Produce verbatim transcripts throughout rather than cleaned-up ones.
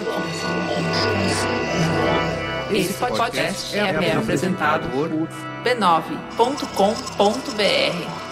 Esse podcast é, é apresentado por b nove ponto com ponto b r.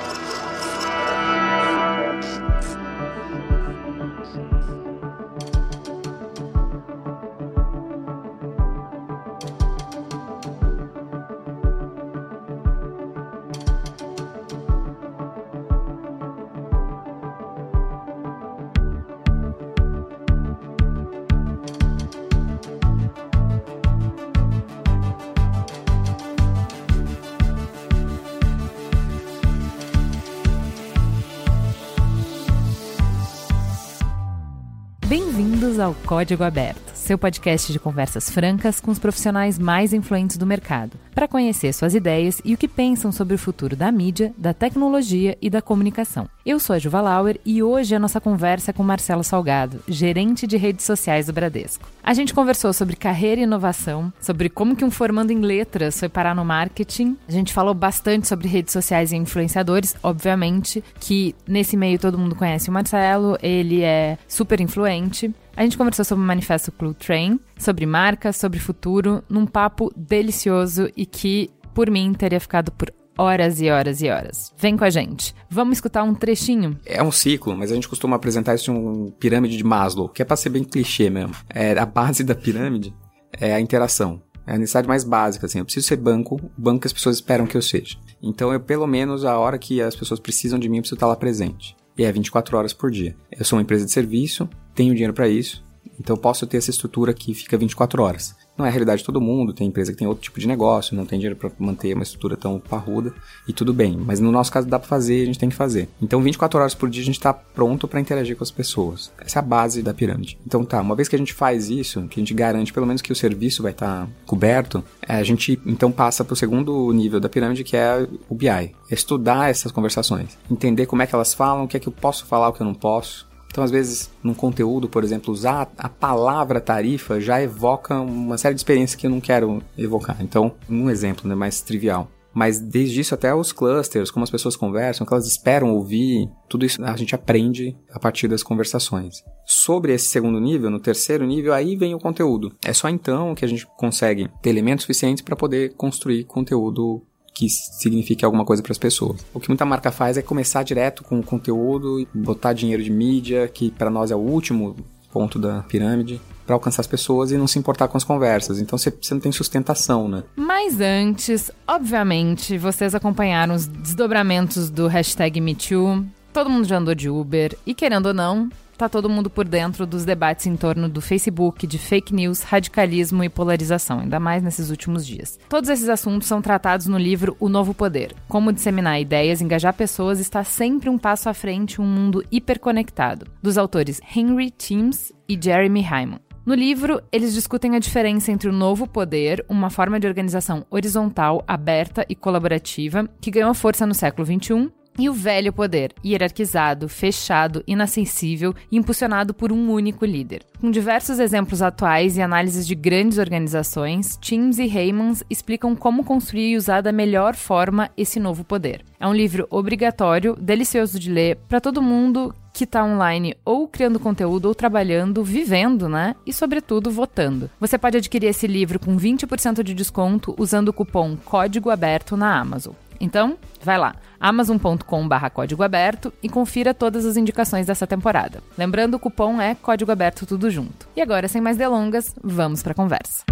Bem-vindos ao Código Aberto, seu podcast de conversas francas com os profissionais mais influentes do mercado, para conhecer suas ideias e o que pensam sobre o futuro da mídia, da tecnologia e da comunicação. Eu sou a Juva Lauer e hoje a nossa conversa é com Marcelo Salgado, gerente de redes sociais do Bradesco. A gente conversou sobre carreira e inovação, sobre como que um formando em letras foi parar no marketing. A gente falou bastante sobre redes sociais e influenciadores, obviamente, que nesse meio todo mundo conhece o Marcelo, ele é super influente. A gente conversou sobre o manifesto Clue Train, sobre marca, sobre futuro, num papo delicioso e que, por mim, teria ficado por horas e horas e horas. Vem com a gente. Vamos escutar um trechinho? É um ciclo, mas a gente costuma apresentar isso de uma pirâmide de Maslow, que é pra ser bem clichê mesmo. É, a base da pirâmide é a interação. É a necessidade mais básica, assim. Eu preciso ser banco, o banco que as pessoas esperam que eu seja. Então, eu, pelo menos, a hora que as pessoas precisam de mim, eu preciso estar lá presente. E é vinte e quatro horas por dia. Eu sou uma empresa de serviço, tenho dinheiro para isso, então eu posso ter essa estrutura que fica vinte e quatro horas. Não é a realidade de todo mundo, tem empresa que tem outro tipo de negócio, não tem dinheiro para manter uma estrutura tão parruda, e tudo bem. Mas no nosso caso dá para fazer, a gente tem que fazer. Então vinte e quatro horas por dia a gente está pronto para interagir com as pessoas. Essa é a base da pirâmide. Então tá, uma vez que a gente faz isso, que a gente garante pelo menos que o serviço vai estar tá coberto, a gente então passa para o segundo nível da pirâmide, que é o B I. É estudar essas conversações, entender como é que elas falam, o que é que eu posso falar, o que eu não posso. Então, às vezes, num conteúdo, por exemplo, usar a palavra tarifa já evoca uma série de experiências que eu não quero evocar. Então, um exemplo, né, mais trivial. Mas desde isso até os clusters, como as pessoas conversam, o que elas esperam ouvir, tudo isso a gente aprende a partir das conversações. Sobre esse segundo nível, no terceiro nível, aí vem o conteúdo. É só então que a gente consegue ter elementos suficientes para poder construir conteúdo que signifique alguma coisa para as pessoas. O que muita marca faz é começar direto com o conteúdo, botar dinheiro de mídia, que para nós é o último ponto da pirâmide, para alcançar as pessoas e não se importar com as conversas. Então você, você não tem sustentação, né? Mas antes, obviamente, vocês acompanharam os desdobramentos do hashtag MeToo, todo mundo já andou de Uber e, querendo ou não, tá todo mundo por dentro dos debates em torno do Facebook, de fake news, radicalismo e polarização, ainda mais nesses últimos dias. Todos esses assuntos são tratados no livro O Novo Poder. Como disseminar ideias, engajar pessoas está sempre um passo à frente em um mundo hiperconectado, dos autores Henry Timms e Jeremy Hyman. No livro, eles discutem a diferença entre o novo poder, uma forma de organização horizontal, aberta e colaborativa, que ganhou força no século vinte e um, e o velho poder, hierarquizado, fechado, inacessível e impulsionado por um único líder. Com diversos exemplos atuais e análises de grandes organizações, Timms e Heymans explicam como construir e usar da melhor forma esse novo poder. É um livro obrigatório, delicioso de ler, para todo mundo que está online ou criando conteúdo ou trabalhando, vivendo, né? E, sobretudo, votando. Você pode adquirir esse livro com vinte por cento de desconto usando o cupom Código Aberto na Amazon. Então, vai lá, amazon ponto com barra código aberto e confira todas as indicações dessa temporada. Lembrando, o cupom é Código Aberto tudo junto. E agora, sem mais delongas, vamos para a conversa.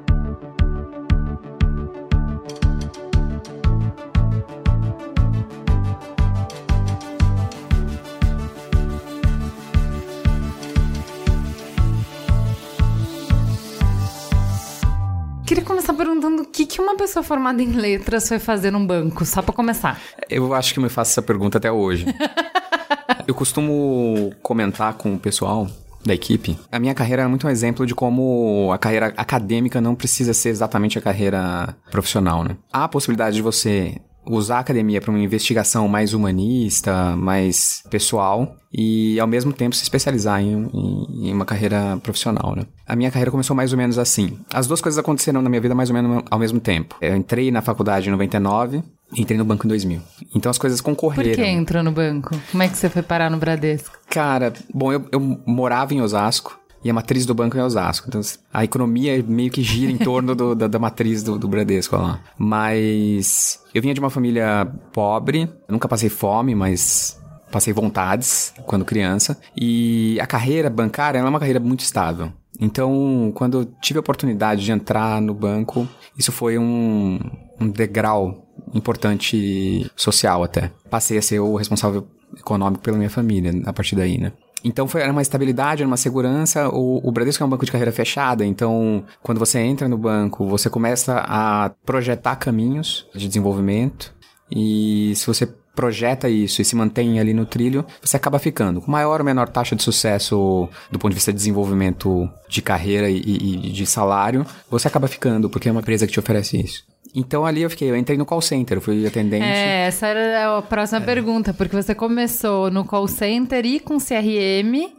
Queria começar perguntando o que, que uma pessoa formada em letras foi fazer num banco, só pra começar. Eu acho que eu me faço essa pergunta até hoje. Eu costumo comentar com o pessoal da equipe. A minha carreira é muito um exemplo de como a carreira acadêmica não precisa ser exatamente a carreira profissional, né? Há a possibilidade de você usar a academia para uma investigação mais humanista, mais pessoal e, ao mesmo tempo, se especializar em, em, em uma carreira profissional, né? A minha carreira começou mais ou menos assim. As duas coisas aconteceram na minha vida mais ou menos ao mesmo tempo. Eu entrei na faculdade em noventa e nove, entrei no banco em dois mil. Então as coisas concorreram. Por que entrou no banco? Como é que você foi parar no Bradesco? Cara, bom, eu, eu morava em Osasco. e a matriz do banco é Osasco. Então, a economia meio que gira em torno do, da, da matriz do, do Bradesco lá. Mas eu vinha de uma família pobre, eu nunca passei fome, mas passei vontades quando criança. E a carreira bancária, ela é uma carreira muito estável. Então, quando eu tive a oportunidade de entrar no banco, isso foi um, um degrau importante social até. Passei a ser o responsável econômico pela minha família a partir daí, né? Então, foi, era uma estabilidade, era uma segurança. O, o Bradesco é um banco de carreira fechada, então, quando você entra no banco, você começa a projetar caminhos de desenvolvimento. E se você projeta isso e se mantém ali no trilho, você acaba ficando com maior ou menor taxa de sucesso do ponto de vista de desenvolvimento de carreira e, e de salário, você acaba ficando, porque é uma empresa que te oferece isso. Então ali eu fiquei, eu entrei no call center, eu fui atendente. É, essa era a próxima é. pergunta, porque você começou no call center e com C R M,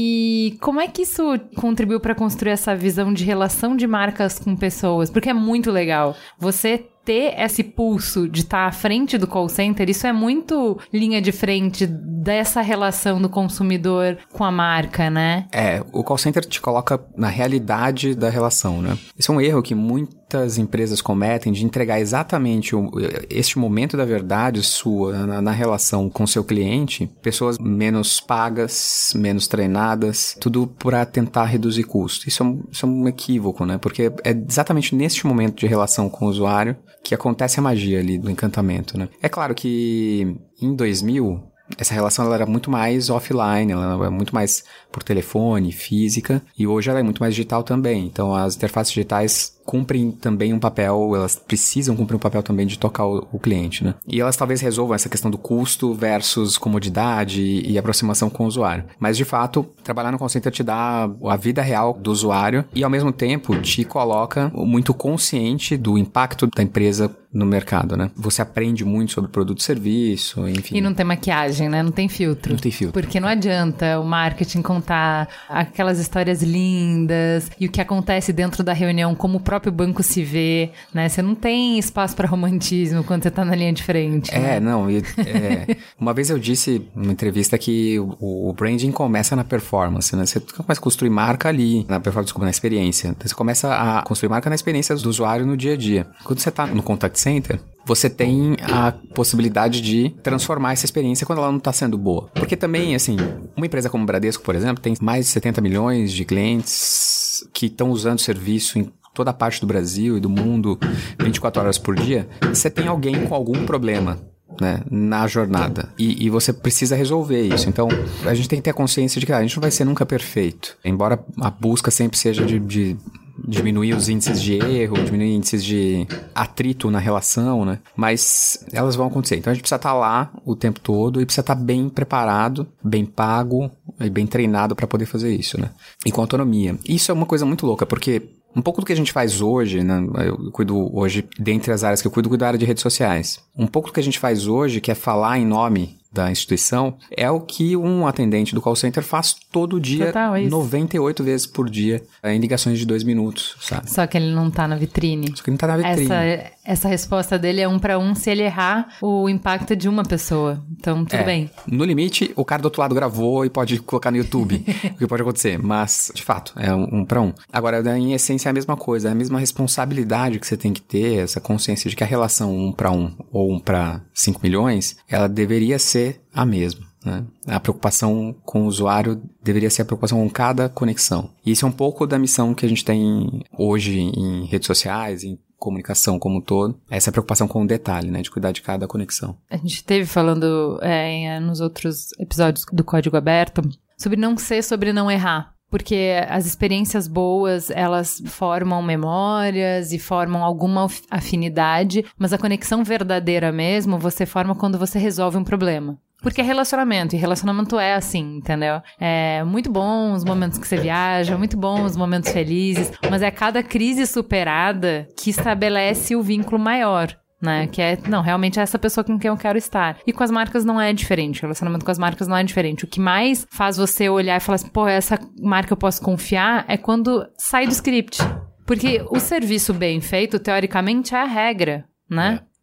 e como é que isso contribuiu para construir essa visão de relação de marcas com pessoas? Porque é muito legal. Você ter esse pulso de estar à frente do call center, isso é muito linha de frente dessa relação do consumidor com a marca, né? É, o call center te coloca na realidade da relação, né? Isso é um erro que muitas empresas cometem de entregar exatamente o, este momento da verdade sua na, na relação com o seu cliente, pessoas menos pagas, menos treinadas, tudo para tentar reduzir custo. Isso é, um, isso é um equívoco, né? Porque é exatamente neste momento de relação com o usuário que acontece a magia ali do encantamento, né? É claro que em dois mil, essa relação ela era muito mais offline, ela era muito mais por telefone, física, e hoje ela é muito mais digital também. Então, as interfaces digitais cumprem também um papel, elas precisam cumprir um papel também de tocar o, o cliente, né? E elas talvez resolvam essa questão do custo versus comodidade e, e aproximação com o usuário. Mas, de fato, trabalhar no call center te dá a vida real do usuário e, ao mesmo tempo, te coloca muito consciente do impacto da empresa no mercado, né? Você aprende muito sobre produto e serviço, enfim. E não tem maquiagem, né? Não tem filtro. Não tem filtro. Porque não adianta o marketing contar aquelas histórias lindas e o que acontece dentro da reunião, como o próprio banco se vê, né? Você não tem espaço para romantismo quando você tá na linha de frente. É, né? não. E, é, uma vez eu disse numa entrevista que o, o branding começa na performance, né? Você começa a construir marca ali, na performance, desculpa, na experiência. Então, você começa a construir marca na experiência do usuário no dia a dia. Quando você tá no contact center, você tem a possibilidade de transformar essa experiência quando ela não está sendo boa. Porque também, assim, uma empresa como o Bradesco, por exemplo, tem mais de setenta milhões de clientes que estão usando o serviço em toda a parte do Brasil e do mundo vinte e quatro horas por dia. Você tem alguém com algum problema, né, na jornada. E, e você precisa resolver isso. Então, a gente tem que ter a consciência de que ah, a gente não vai ser nunca perfeito. Embora a busca sempre seja de... de diminuir os índices de erro, diminuir índices de atrito na relação, né? Mas elas vão acontecer. Então a gente precisa estar lá o tempo todo e precisa estar bem preparado, bem pago e bem treinado para poder fazer isso, né? E com autonomia. Isso é uma coisa muito louca, porque um pouco do que a gente faz hoje, né? Eu cuido hoje, dentre as áreas que eu cuido, eu cuido da área de redes sociais. Um pouco do que a gente faz hoje, que é falar em nome da instituição, é o que um atendente do call center faz todo dia, Total, é isso. noventa e oito vezes por dia, em ligações de dois minutos, sabe? Só que ele não tá na vitrine. Só que ele não tá na vitrine. Essa, essa resposta dele é um para um, se ele errar o impacto de uma pessoa. Então, tudo é, bem. No limite, o cara do outro lado gravou e pode colocar no YouTube, o que pode acontecer, mas, de fato, é um, um para um. Agora, em essência, é a mesma coisa, é a mesma responsabilidade que você tem que ter, essa consciência de que a relação um para um ou um para cinco milhões, ela deveria ser a mesma, né? A preocupação com o usuário deveria ser a preocupação com cada conexão. E isso é um pouco da missão que a gente tem hoje em redes sociais, em comunicação como um todo, essa preocupação com o detalhe, né? De cuidar de cada conexão. A gente teve falando é, nos outros episódios do Código Aberto sobre não ser, sobre não errar. Porque as experiências boas, elas formam memórias e formam alguma afinidade, mas a conexão verdadeira mesmo, você forma quando você resolve um problema. Porque é relacionamento, e relacionamento é assim, entendeu? É muito bom os momentos que você viaja, muito bom os momentos felizes, mas é cada crise superada que estabelece o vínculo maior. Né? Que é, não, realmente é essa pessoa com quem eu quero estar. E com as marcas não é diferente. O relacionamento com as marcas não é diferente. O que mais faz você olhar e falar assim, pô, essa marca eu posso confiar, é quando sai do script. Porque o serviço bem feito, teoricamente, é a regra, né? É.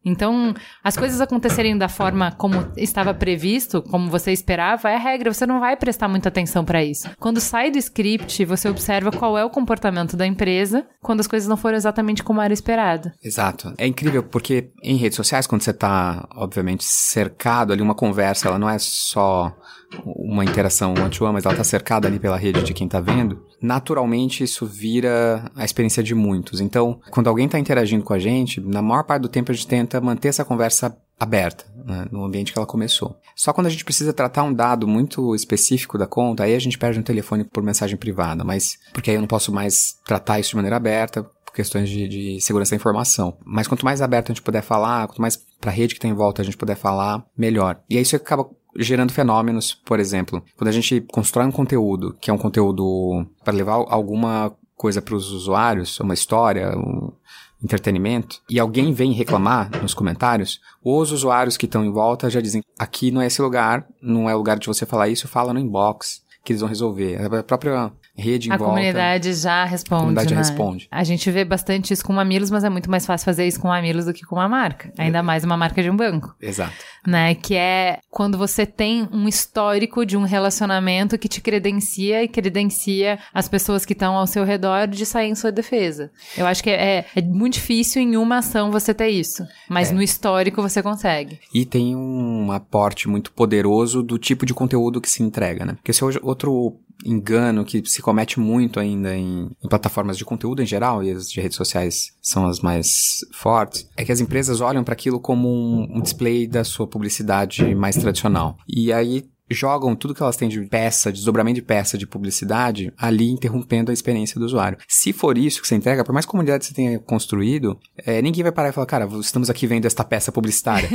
Então, as coisas acontecerem da forma como estava previsto, como você esperava, é a regra, você não vai prestar muita atenção para isso. Quando sai do script, você observa qual é o comportamento da empresa quando as coisas não foram exatamente como era esperado. Exato. É incrível porque em redes sociais, quando você tá, obviamente, cercado ali, uma conversa, ela não é só uma interação one-to-one, mas ela tá cercada ali pela rede de quem tá vendo, naturalmente isso vira a experiência de muitos. Então, quando alguém tá interagindo com a gente, na maior parte do tempo a gente tenta manter essa conversa aberta, né, no ambiente que ela começou. Só quando a gente precisa tratar um dado muito específico da conta, aí a gente perde um telefone por mensagem privada, mas porque aí eu não posso mais tratar isso de maneira aberta, por questões de, de segurança da informação. Mas quanto mais aberto a gente puder falar, quanto mais pra rede que tem em volta a gente puder falar, melhor. E aí isso acaba gerando fenômenos, por exemplo, quando a gente constrói um conteúdo, que é um conteúdo para levar alguma coisa para os usuários, uma história, um entretenimento, e alguém vem reclamar nos comentários, os usuários que estão em volta já dizem, aqui não é esse lugar, não é o lugar de você falar isso, fala no inbox, que eles vão resolver. A própria rede em a volta... comunidade já responde, A comunidade né? já responde. A gente vê bastante isso com Mamilos, mas é muito mais fácil fazer isso com Mamilos do que com uma marca. Ainda mais uma marca de um banco. Exato. Né? Que é quando você tem um histórico de um relacionamento que te credencia e credencia as pessoas que estão ao seu redor de sair em sua defesa. Eu acho que é, é muito difícil em uma ação você ter isso. Mas é. No histórico você consegue. E tem um aporte muito poderoso do tipo de conteúdo que se entrega, né? Porque se hoje outro engano que se comete muito ainda em, em plataformas de conteúdo em geral, e as de redes sociais são as mais fortes, é que as empresas olham para aquilo como um, um display da sua publicidade mais tradicional. E aí jogam tudo que elas têm de peça, de desdobramento de peça de publicidade, ali interrompendo a experiência do usuário. Se for isso que você entrega, por mais comunidade que você tenha construído, é, ninguém vai parar e falar, cara, estamos aqui vendo esta peça publicitária.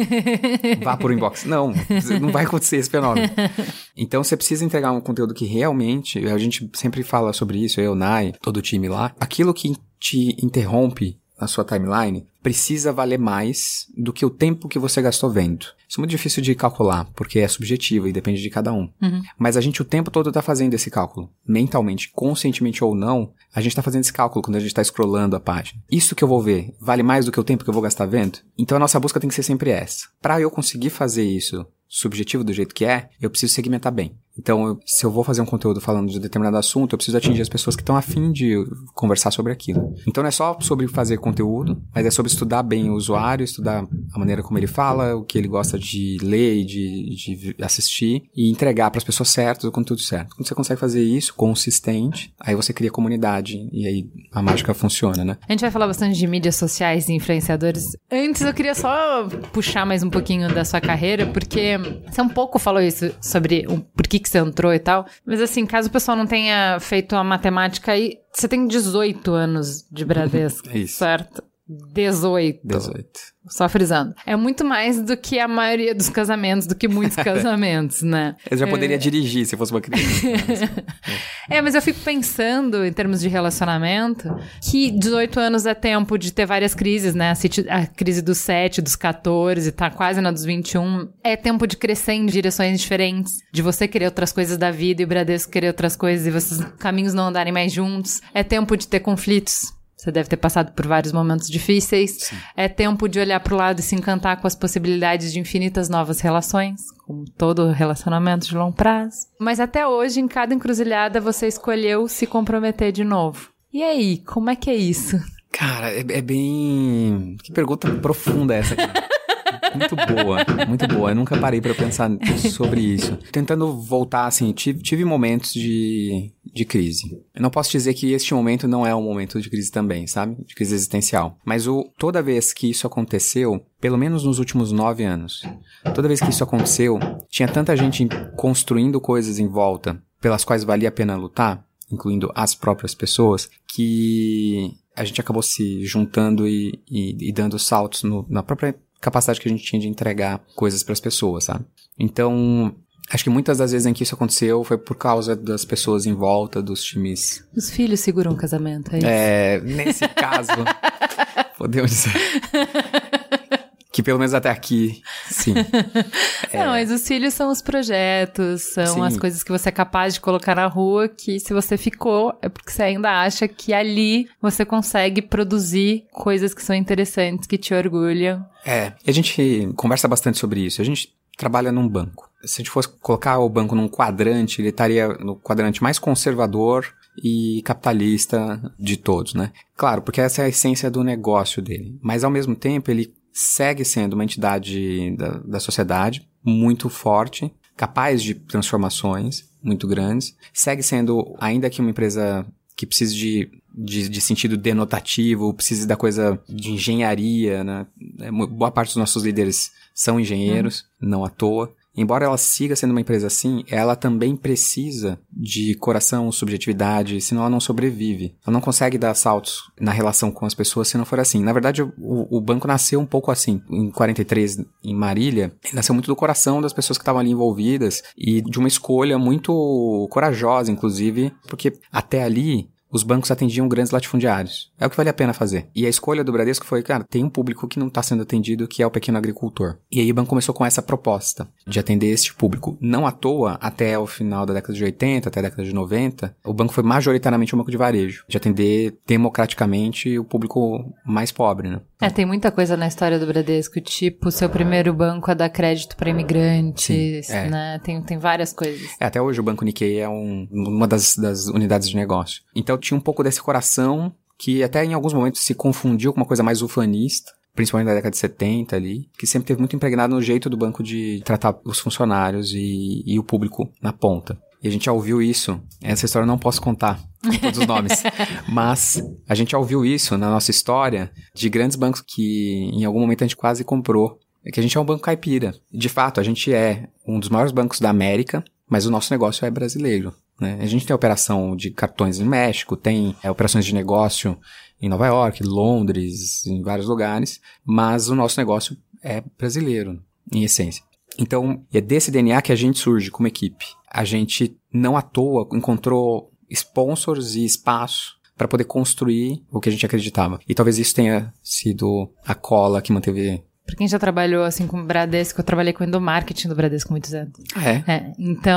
Vá por inbox. Não, não vai acontecer esse fenômeno. Então você precisa entregar um conteúdo que realmente, a gente sempre fala sobre isso, eu, Nai, todo o time lá, aquilo que te interrompe na sua timeline precisa valer mais do que o tempo que você gastou vendo. Isso é muito difícil de calcular, porque é subjetivo e depende de cada um. Uhum. Mas a gente o tempo todo tá fazendo esse cálculo. Mentalmente, conscientemente ou não, a gente tá fazendo esse cálculo quando a gente tá scrollando a página. Isso que eu vou ver vale mais do que o tempo que eu vou gastar vendo? Então a nossa busca tem que ser sempre essa. Para eu conseguir fazer isso subjetivo do jeito que é, eu preciso segmentar bem. Então, eu, se eu vou fazer um conteúdo falando de determinado assunto, eu preciso atingir as pessoas que estão afim de conversar sobre aquilo. Então, não é só sobre fazer conteúdo, mas é sobre estudar bem o usuário, estudar a maneira como ele fala, o que ele gosta de ler e de, de assistir, e entregar para as pessoas certas o conteúdo certo. Quando você consegue fazer isso, consistente, aí você cria comunidade, e aí a mágica funciona, né? A gente vai falar bastante de mídias sociais e influenciadores. Antes, eu queria só puxar mais um pouquinho da sua carreira, porque você um pouco falou isso sobre o porquê que você entrou e tal. Mas assim, caso o pessoal não tenha feito a matemática aí, você tem dezoito anos de Bradesco, é isso. Certo? dezoito. dezoito. Só frisando. É muito mais do que a maioria dos casamentos, do que muitos casamentos, né? Eu já poderia é... dirigir se fosse uma criança. É, mas eu fico pensando, em termos de relacionamento, que dezoito anos é tempo de ter várias crises, né? A crise dos sete, dos catorze, tá quase na dos vinte e um. É tempo de crescer em direções diferentes, de você querer outras coisas da vida e o Bradesco querer outras coisas e vocês caminhos não andarem mais juntos. É tempo de ter conflitos. Você deve ter passado por vários momentos difíceis. Sim. É tempo de olhar para o lado e se encantar com as possibilidades de infinitas novas relações, como todo relacionamento de longo prazo. Mas até hoje, em cada encruzilhada, você escolheu se comprometer de novo. E aí, como é que é isso? Cara, é, é bem... Que pergunta profunda essa aqui. Muito boa, muito boa. Eu nunca parei pra pensar sobre isso. Tentando voltar, assim, tive, tive momentos de, de crise. Eu não posso dizer que este momento não é um momento de crise também, sabe? De crise existencial. Mas o, toda vez que isso aconteceu, pelo menos nos últimos nove anos, toda vez que isso aconteceu, tinha tanta gente construindo coisas em volta pelas quais valia a pena lutar, incluindo as próprias pessoas, que a gente acabou se juntando e, e, e dando saltos no, na própria capacidade que a gente tinha de entregar coisas para as pessoas, sabe? Então, acho que muitas das vezes em que isso aconteceu foi por causa das pessoas em volta, dos times... Os filhos seguram o casamento, é isso? É, nesse caso, podemos dizer... Que pelo menos até aqui, sim. é... Não, mas os filhos são os projetos, são sim. as coisas que você é capaz de colocar na rua, que se você ficou, é porque você ainda acha que ali você consegue produzir coisas que são interessantes, que te orgulham. É, e a gente conversa bastante sobre isso. A gente trabalha num banco. Se a gente fosse colocar o banco num quadrante, ele estaria no quadrante mais conservador e capitalista de todos, né? Claro, porque essa é a essência do negócio dele. Mas, ao mesmo tempo, ele segue sendo uma entidade da, da sociedade muito forte, capaz de transformações muito grandes. Segue sendo, ainda que uma empresa que precise de, de, de sentido denotativo, precise da coisa de engenharia, né? Boa parte dos nossos líderes são engenheiros, uhum. não à toa. Embora ela siga sendo uma empresa assim, ela também precisa de coração, subjetividade, senão ela não sobrevive. Ela não consegue dar saltos na relação com as pessoas se não for assim. Na verdade, o, o banco nasceu um pouco assim. Em quarenta e três, em Marília, ele nasceu muito do coração das pessoas que estavam ali envolvidas e de uma escolha muito corajosa, inclusive, porque até ali os bancos atendiam grandes latifundiários. É o que vale a pena fazer. E a escolha do Bradesco foi, cara, tem um público que não está sendo atendido, que é o pequeno agricultor. E aí o banco começou com essa proposta de atender este público. Não à toa, até o final da década de oitenta, até a década de noventa, o banco foi majoritariamente um banco de varejo, de atender democraticamente o público mais pobre, né? É, tem muita coisa na história do Bradesco, tipo, seu primeiro banco a dar crédito para imigrantes, Sim, é. né? Tem, tem várias coisas. É, até hoje o Banco Nikkei é um, uma das, das unidades de negócio. Então tinha um pouco desse coração que até em alguns momentos se confundiu com uma coisa mais ufanista, principalmente na década de setenta ali, que sempre teve muito impregnado no jeito do banco de tratar os funcionários e, e o público na ponta. E a gente já ouviu isso, essa história eu não posso contar com todos os nomes, mas a gente já ouviu isso na nossa história de grandes bancos que em algum momento a gente quase comprou, que a gente é um banco caipira. De fato, a gente é um dos maiores bancos da América, mas o nosso negócio é brasileiro, né? A gente tem operação de cartões no México, tem é, operações de negócio em Nova York, Londres, em vários lugares, mas o nosso negócio é brasileiro, em essência. Então, é desse D N A que a gente surge como equipe. A gente, não à toa, encontrou sponsors e espaço para poder construir o que a gente acreditava. E talvez isso tenha sido a cola que manteve... Pra quem já trabalhou assim com o Bradesco, eu trabalhei com o endomarketing do Bradesco muitos anos. É? É.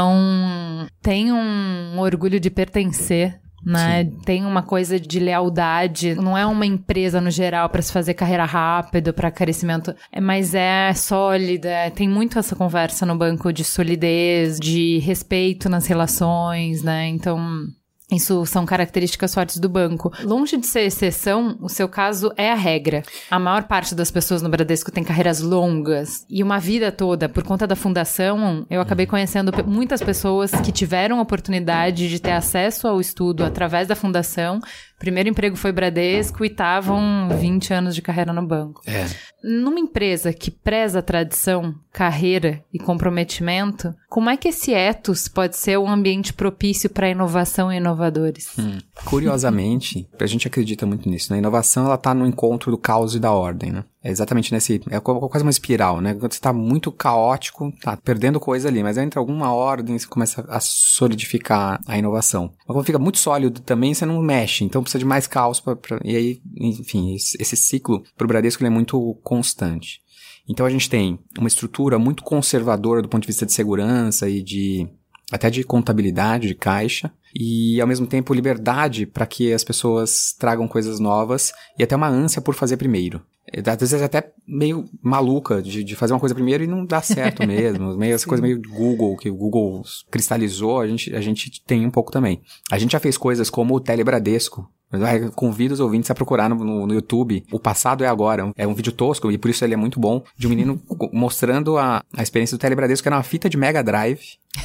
Então, tem um orgulho de pertencer, né? Sim. Tem uma coisa de lealdade, não é uma empresa no geral para se fazer carreira rápida, para crescimento, é, mas é sólida, tem muito essa conversa no banco de solidez, de respeito nas relações, né? Então, isso são características fortes do banco. Longe de ser exceção, o seu caso é a regra. A maior parte das pessoas no Bradesco tem carreiras longas e uma vida toda. Por conta da fundação, eu acabei conhecendo muitas pessoas que tiveram a oportunidade de ter acesso ao estudo através da fundação. Primeiro emprego foi Bradesco e estavam vinte anos de carreira no banco. É. Numa empresa que preza a tradição, carreira e comprometimento, como é que esse ethos pode ser um ambiente propício para inovação e inovadores? Hum. Curiosamente, a gente acredita muito nisso, né? A inovação, ela tá no encontro do caos e da ordem, né? É exatamente nesse... É quase uma espiral, né? Quando você tá muito caótico, tá perdendo coisa ali, mas entra alguma ordem, você começa a solidificar a inovação. Mas quando fica muito sólido também, você não mexe, então precisa de mais caos pra, pra, e aí, enfim, esse, esse ciclo pro Bradesco ele é muito constante. Então a gente tem uma estrutura muito conservadora do ponto de vista de segurança e de... até de contabilidade, de caixa, e ao mesmo tempo liberdade para que as pessoas tragam coisas novas e até uma ânsia por fazer primeiro. Às vezes é até meio maluca de, de fazer uma coisa primeiro e não dá certo mesmo. Meio essa coisa meio Google, que o Google cristalizou, a gente, a gente tem um pouco também. A gente já fez coisas como o Telebradesco. Eu convido os ouvintes a procurar no, no, no YouTube. O passado é agora. É um vídeo tosco e por isso ele é muito bom. De um menino mostrando a, a experiência do Telebradesco, que era uma fita de Mega Drive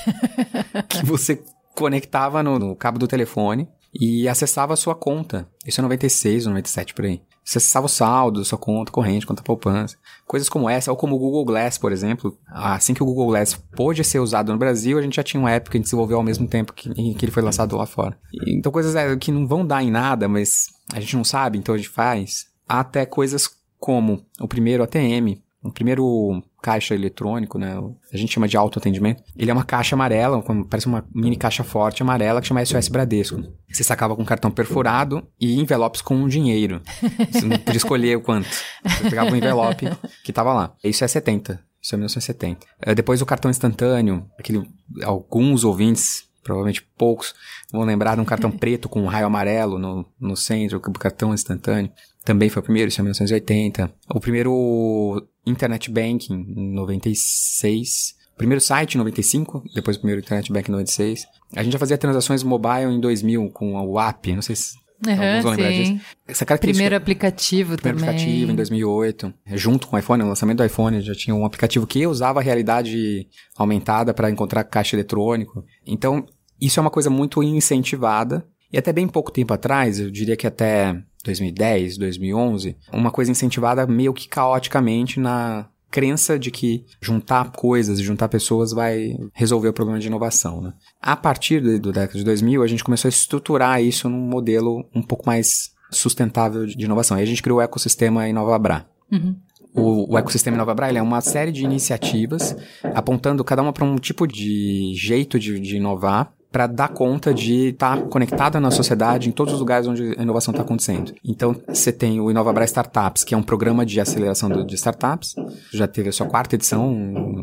que você conectava no, no cabo do telefone e acessava a sua conta. Isso é noventa e seis, noventa e sete por aí. Você acessava o saldo, sua conta corrente, conta poupança. Coisas como essa, ou como o Google Glass, por exemplo. Assim que o Google Glass pôde ser usado no Brasil, a gente já tinha um app que a gente desenvolveu ao mesmo tempo que, em que ele foi lançado lá fora. E, então coisas que não vão dar em nada, mas a gente não sabe, então a gente faz. Até coisas como o primeiro A T M, o primeiro caixa eletrônico, né? A gente chama de autoatendimento. Ele é uma caixa amarela, parece uma mini caixa forte amarela que chama S O S Bradesco. Você sacava com cartão perfurado e envelopes com dinheiro. Você não podia escolher o quanto. Você pegava um envelope que tava lá. Isso é setenta. Isso é mil novecentos e setenta. Uh, depois o cartão instantâneo, aquele, alguns ouvintes, provavelmente poucos, vão lembrar de um cartão preto com um raio amarelo no, no centro, o cartão instantâneo. Também foi o primeiro, isso é mil novecentos e oitenta. O primeiro Internet Banking, em noventa e seis. O primeiro site em noventa e cinco, depois o primeiro Internet Banking em noventa e seis. A gente já fazia transações mobile em dois mil com o A P, não sei se uhum, alguns vão lembrar sim. disso. Essa característica, primeiro aplicativo primeiro também. Primeiro aplicativo em dois mil e oito, junto com o iPhone, o lançamento do iPhone, já tinha um aplicativo que usava a realidade aumentada para encontrar caixa eletrônico. Então, isso é uma coisa muito incentivada. E até bem pouco tempo atrás, eu diria que até dois mil e dez, dois mil e onze, uma coisa incentivada meio que caoticamente na crença de que juntar coisas e juntar pessoas vai resolver o problema de inovação, né? A partir do, do década de dois mil, a gente começou a estruturar isso num modelo um pouco mais sustentável de inovação. E a gente criou o ecossistema InovaBrá. Uhum. O, o ecossistema InovaBrá ele é uma série de iniciativas apontando cada uma para um tipo de jeito de, de inovar, para dar conta de estar tá conectada na sociedade em todos os lugares onde a inovação está acontecendo. Então, você tem o InovaBrá Startups, que é um programa de aceleração do, de startups, já teve a sua quarta edição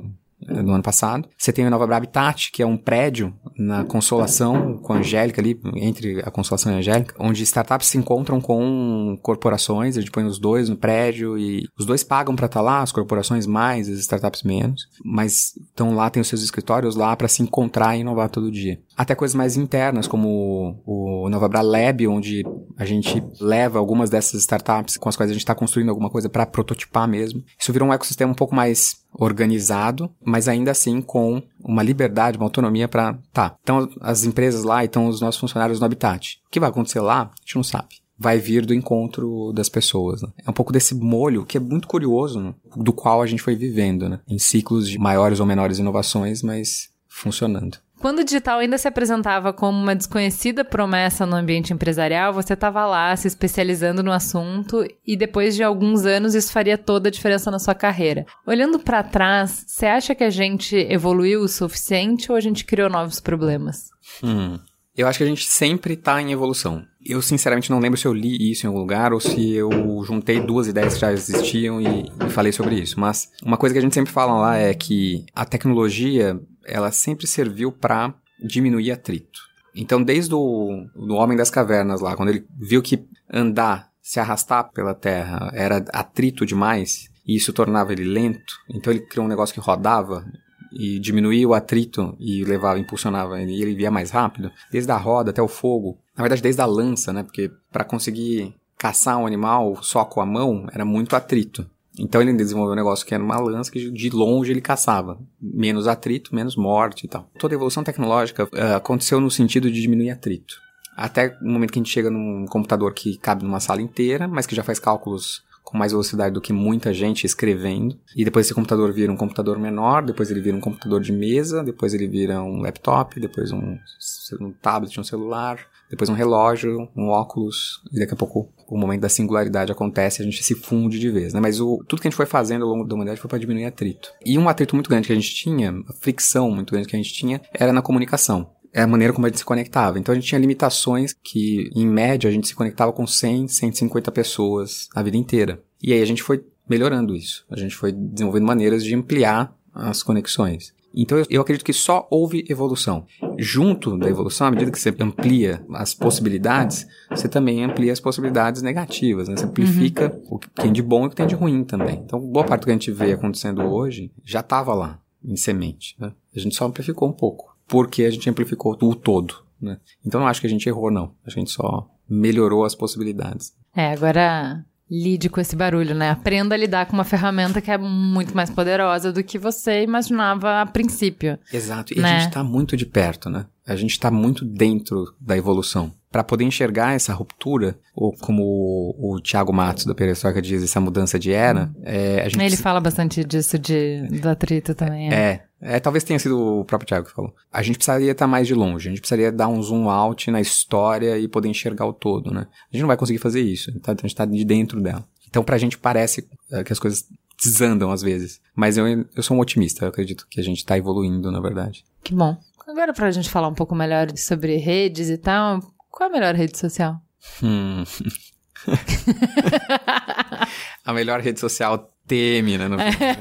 no ano passado. Você tem o InovaBrá Habitat, que é um prédio na Consolação, com a Angélica ali, entre a Consolação e a Angélica, onde startups se encontram com corporações, a gente põe os dois no prédio e os dois pagam para estar lá, as corporações mais, as startups menos, mas estão lá, tem os seus escritórios lá para se encontrar e inovar todo dia. Até coisas mais internas, como o InovaBrá Lab, onde a gente leva algumas dessas startups com as quais a gente está construindo alguma coisa para prototipar mesmo. Isso virou um ecossistema um pouco mais organizado, mas ainda assim com uma liberdade, uma autonomia para... Tá, então as empresas lá e estão os nossos funcionários no Habitat. O que vai acontecer lá, a gente não sabe. Vai vir do encontro das pessoas, né? É um pouco desse molho que é muito curioso, né? Do qual a gente foi vivendo, né? Em ciclos de maiores ou menores inovações, mas funcionando. Quando o digital ainda se apresentava como uma desconhecida promessa no ambiente empresarial, você estava lá se especializando no assunto e depois de alguns anos isso faria toda a diferença na sua carreira. Olhando para trás, você acha que a gente evoluiu o suficiente ou a gente criou novos problemas? Hum... Eu acho que a gente sempre está em evolução. Eu, sinceramente, não lembro se eu li isso em algum lugar ou se eu juntei duas ideias que já existiam e, e falei sobre isso. Mas uma coisa que a gente sempre fala lá é que a tecnologia, ela sempre serviu para diminuir atrito. Então, desde o do Homem das Cavernas lá, quando ele viu que andar, se arrastar pela Terra era atrito demais e isso tornava ele lento, então ele criou um negócio que rodava e diminuía o atrito e levava, impulsionava ele, e ele via mais rápido, desde a roda até o fogo, na verdade desde a lança, né, porque para conseguir caçar um animal só com a mão era muito atrito, então ele desenvolveu um negócio que era uma lança que de longe ele caçava, menos atrito, menos morte e tal. Toda a evolução tecnológica uh, aconteceu no sentido de diminuir atrito, até o momento que a gente chega num computador que cabe numa sala inteira, mas que já faz cálculos com mais velocidade do que muita gente escrevendo. E depois esse computador vira um computador menor, depois ele vira um computador de mesa, depois ele vira um laptop, depois um, um tablet, um celular, depois um relógio, um óculos, e daqui a pouco o momento da singularidade acontece e a gente se funde de vez, né? Mas o, tudo que a gente foi fazendo ao longo da humanidade foi para diminuir atrito. E um atrito muito grande que a gente tinha, a fricção muito grande que a gente tinha, era na comunicação. É a maneira como a gente se conectava. Então a gente tinha limitações que, em média, a gente se conectava com cem, cento e cinquenta pessoas a vida inteira. E aí a gente foi melhorando isso. A gente foi desenvolvendo maneiras de ampliar as conexões. Então eu, eu acredito que só houve evolução. Junto da evolução, à medida que você amplia as possibilidades, você também amplia as possibilidades negativas, né? Você amplifica uhum. o que tem de bom e o que tem de ruim também. Então boa parte do que a gente vê acontecendo hoje já estava lá, em semente, né? A gente só amplificou um pouco. Porque a gente amplificou o todo, né? Então não acho que a gente errou, não. A gente só melhorou as possibilidades. É, agora lide com esse barulho, né? Aprenda a lidar com uma ferramenta que é muito mais poderosa do que você imaginava a princípio. Exato. E né? a gente tá muito de perto, né? A gente tá muito dentro da evolução. Para poder enxergar essa ruptura, ou como o, o Thiago Matos da Perestroika diz, essa mudança de era, é, a gente... Ele precisa... fala bastante disso, de, do atrito também. É, é, é, talvez tenha sido o próprio Thiago que falou. A gente precisaria estar mais de longe, a gente precisaria dar um zoom out na história e poder enxergar o todo, né? A gente não vai conseguir fazer isso, tá? A gente tá de dentro dela. Então pra gente parece é, que as coisas desandam às vezes, mas eu, eu sou um otimista, eu acredito que a gente tá evoluindo, na verdade. Que bom. Agora pra gente falar um pouco melhor sobre redes e tal... Qual é a melhor rede social? Hum. A melhor rede social teme, né? No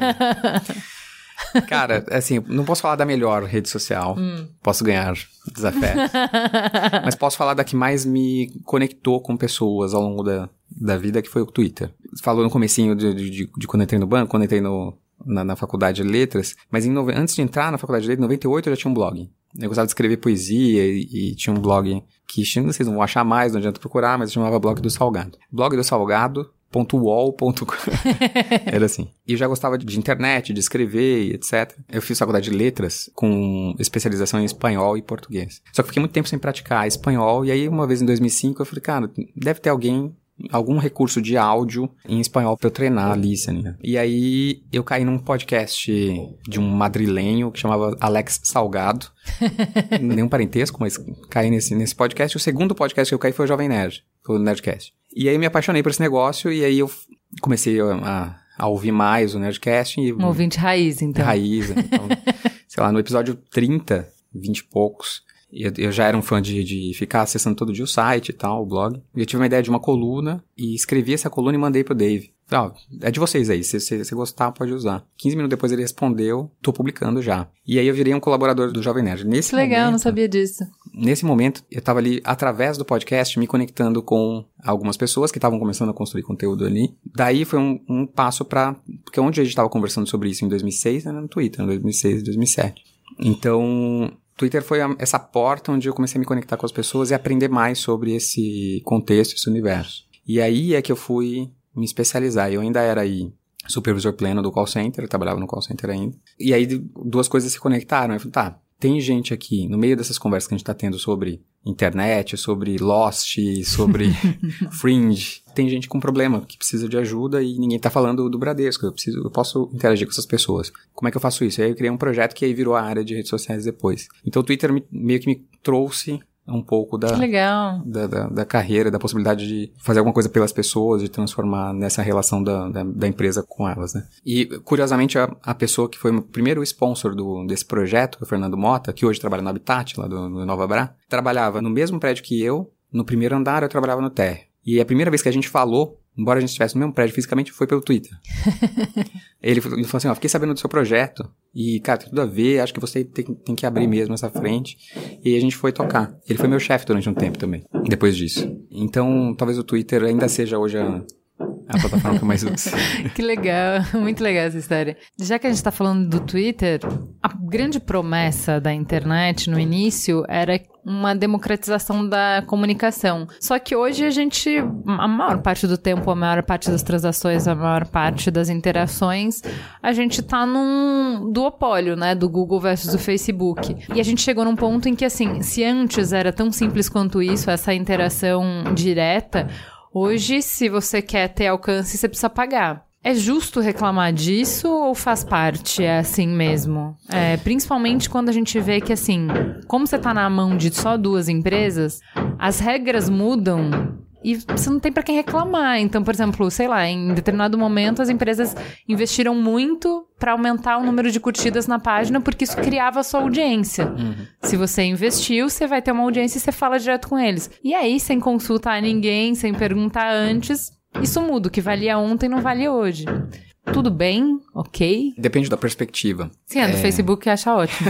Cara, assim, não posso falar da melhor rede social. Hum. Posso ganhar desafetos. Mas posso falar da que mais me conectou com pessoas ao longo da, da vida, que foi o Twitter. Você falou no comecinho de, de, de quando eu entrei no banco, quando eu entrei no, na, na faculdade de letras. Mas em nove... antes de entrar na faculdade de letras, em noventa e oito eu já tinha um blog. Eu gostava de escrever poesia e, e tinha um blog que vocês não vão achar mais, não adianta procurar, mas chamava Blog do Salgado. Blog do Salgado. .wall ponto com Era assim. E eu já gostava de internet, de escrever, etcétera. Eu fiz faculdade de letras com especialização em espanhol e português. Só que fiquei muito tempo sem praticar espanhol. E aí, uma vez em dois mil e cinco, eu falei, cara, deve ter alguém, algum recurso de áudio em espanhol pra eu treinar listening. E aí, eu caí num podcast de um madrilenho que chamava Alex Salgado. Nenhum parentesco, mas caí nesse, nesse podcast. O segundo podcast que eu caí foi o Jovem Nerd. Foi o Nerdcast. E aí eu me apaixonei por esse negócio e aí eu comecei a, a ouvir mais o Nerdcast. E, um ouvinte raiz, então. Raiz. Então, sei lá, no episódio trinta, vinte e poucos, eu, eu já era um fã de, de ficar acessando todo dia o site e tal, o blog. E eu tive uma ideia de uma coluna e escrevi essa coluna e mandei pro Dave. Ó, é de vocês aí, se você gostar, pode usar. quinze minutos depois ele respondeu, tô publicando já. E aí eu virei um colaborador do Jovem Nerd. Nesse que legal, momento, não sabia disso. Nesse momento, eu tava ali, através do podcast, me conectando com algumas pessoas que estavam começando a construir conteúdo ali. Daí foi um, um passo pra... Porque onde a gente tava conversando sobre isso em dois mil e seis, era no Twitter, em dois mil e seis, dois mil e sete. Então... Twitter foi a, essa porta onde eu comecei a me conectar com as pessoas e aprender mais sobre esse contexto, esse universo. E aí é que eu fui me especializar. Eu ainda era aí supervisor pleno do call center, eu trabalhava no call center ainda. E aí duas coisas se conectaram. Eu falei, tá, tem gente aqui, no meio dessas conversas que a gente tá tendo sobre internet, sobre Lost, sobre Fringe, tem gente com problema, que precisa de ajuda e ninguém tá falando do Bradesco. Eu, preciso, eu posso interagir com essas pessoas. Como é que eu faço isso? Aí eu criei um projeto que aí virou a área de redes sociais depois. Então o Twitter me, meio que me trouxe um pouco da, legal. Da, da, da carreira, da possibilidade de fazer alguma coisa pelas pessoas, de transformar nessa relação da, da, da empresa com elas, né? E, curiosamente, a, a pessoa que foi o primeiro sponsor do, desse projeto, o Fernando Mota, que hoje trabalha no Habitat, lá do, do Nova Bra, trabalhava no mesmo prédio que eu, no primeiro andar eu trabalhava no térreo. E a primeira vez que a gente falou, embora a gente estivesse no mesmo prédio fisicamente, foi pelo Twitter. ele, ele falou assim, ó, fiquei sabendo do seu projeto e, cara, tem tudo a ver, acho que você tem, tem que abrir mesmo essa frente. E aí a gente foi tocar. Ele foi meu chefe durante um tempo também, depois disso. Então, talvez o Twitter ainda seja hoje a, a plataforma que eu mais uso. Que legal, muito legal essa história. Já que a gente tá falando do Twitter, a grande promessa da internet no início era uma democratização da comunicação. Só que hoje a gente, a maior parte do tempo, a maior parte das transações, a maior parte das interações, a gente tá num duopólio, né, do Google versus o Facebook. E a gente chegou num ponto em que, assim, se antes era tão simples quanto isso, essa interação direta, hoje, se você quer ter alcance, você precisa pagar. É justo reclamar disso ou faz parte? É assim mesmo? É, principalmente quando a gente vê que, assim, como você tá na mão de só duas empresas, as regras mudam e você não tem pra quem reclamar. Então, por exemplo, sei lá, em determinado momento as empresas investiram muito pra aumentar o número de curtidas na página porque isso criava a sua audiência. Uhum. Se você investiu, você vai ter uma audiência e você fala direto com eles. E aí, sem consultar ninguém, sem perguntar antes, isso muda. O que valia ontem não vale hoje. Tudo bem? Ok? Depende da perspectiva. Sim, é do é... Facebook acha ótimo.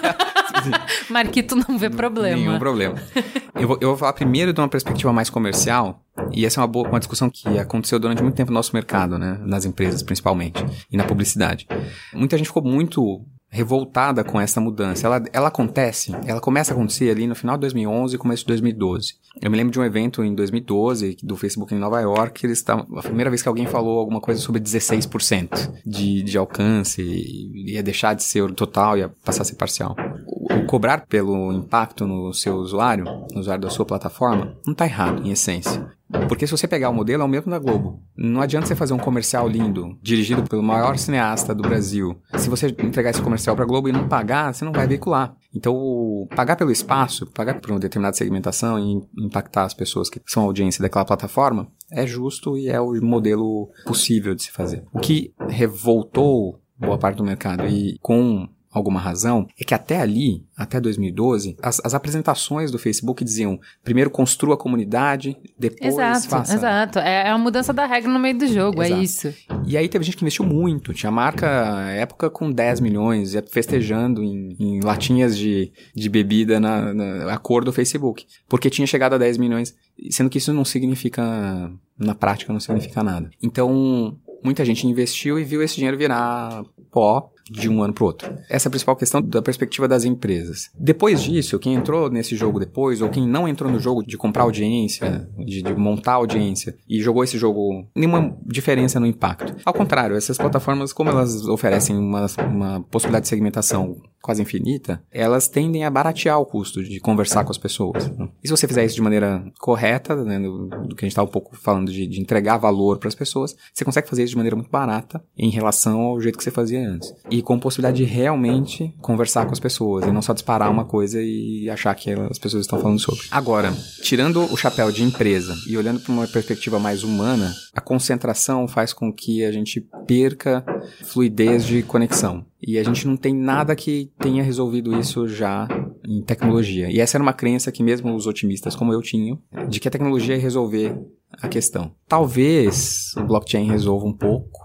Marquito não vê problema. Nenhum problema. Eu vou, eu vou falar primeiro de uma perspectiva mais comercial, e essa é uma, boa, uma discussão que aconteceu durante muito tempo no nosso mercado, né? Nas empresas, principalmente, e na publicidade. Muita gente ficou muito revoltada com essa mudança. Ela, ela acontece, ela começa a acontecer ali no final de dois mil e onze e começo de dois mil e doze. Eu me lembro de um evento em dois mil e doze, do Facebook em Nova York, que eles estavam, a primeira vez que alguém falou alguma coisa sobre dezesseis por cento de, de alcance, ia deixar de ser o total, ia passar a ser parcial. O, o cobrar pelo impacto no seu usuário, no usuário da sua plataforma, não está errado, em essência. Porque se você pegar o modelo, é o mesmo da Globo. Não adianta você fazer um comercial lindo, dirigido pelo maior cineasta do Brasil. Se você entregar esse comercial pra Globo e não pagar, você não vai veicular. Então, pagar pelo espaço, pagar por uma determinada segmentação e impactar as pessoas que são a audiência daquela plataforma, é justo e é o modelo possível de se fazer. O que revoltou boa parte do mercado e com alguma razão, é que até ali, até dois mil e doze, as, as apresentações do Facebook diziam, primeiro construa a comunidade, depois exato, faça... Exato, é a mudança da regra no meio do jogo, exato. É isso. E aí teve gente que investiu muito, tinha marca, época com dez milhões, ia festejando em, em latinhas de, de bebida na, na a cor do Facebook, porque tinha chegado a dez milhões, sendo que isso não significa, na prática não significa nada. Então, muita gente investiu e viu esse dinheiro virar pó de um ano para o outro. Essa é a principal questão da perspectiva das empresas. Depois disso, quem entrou nesse jogo depois, ou quem não entrou no jogo de comprar audiência, de, de montar audiência, e jogou esse jogo, nenhuma diferença no impacto. Ao contrário, essas plataformas, como elas oferecem uma, uma possibilidade de segmentação quase infinita, elas tendem a baratear o custo de conversar com as pessoas. E se você fizer isso de maneira correta, né, do, do que a gente está um pouco falando de, de entregar valor para as pessoas, você consegue fazer isso de maneira muito barata em relação ao jeito que você fazia antes. E com possibilidade de realmente conversar com as pessoas, e não só disparar uma coisa e achar que as pessoas estão falando sobre. Agora, tirando o chapéu de empresa e olhando para uma perspectiva mais humana, a concentração faz com que a gente perca fluidez de conexão. E a gente não tem nada que tenha resolvido isso já em tecnologia. E essa era uma crença que mesmo os otimistas como eu tinham, de que a tecnologia ia resolver a questão. Talvez o blockchain resolva um pouco,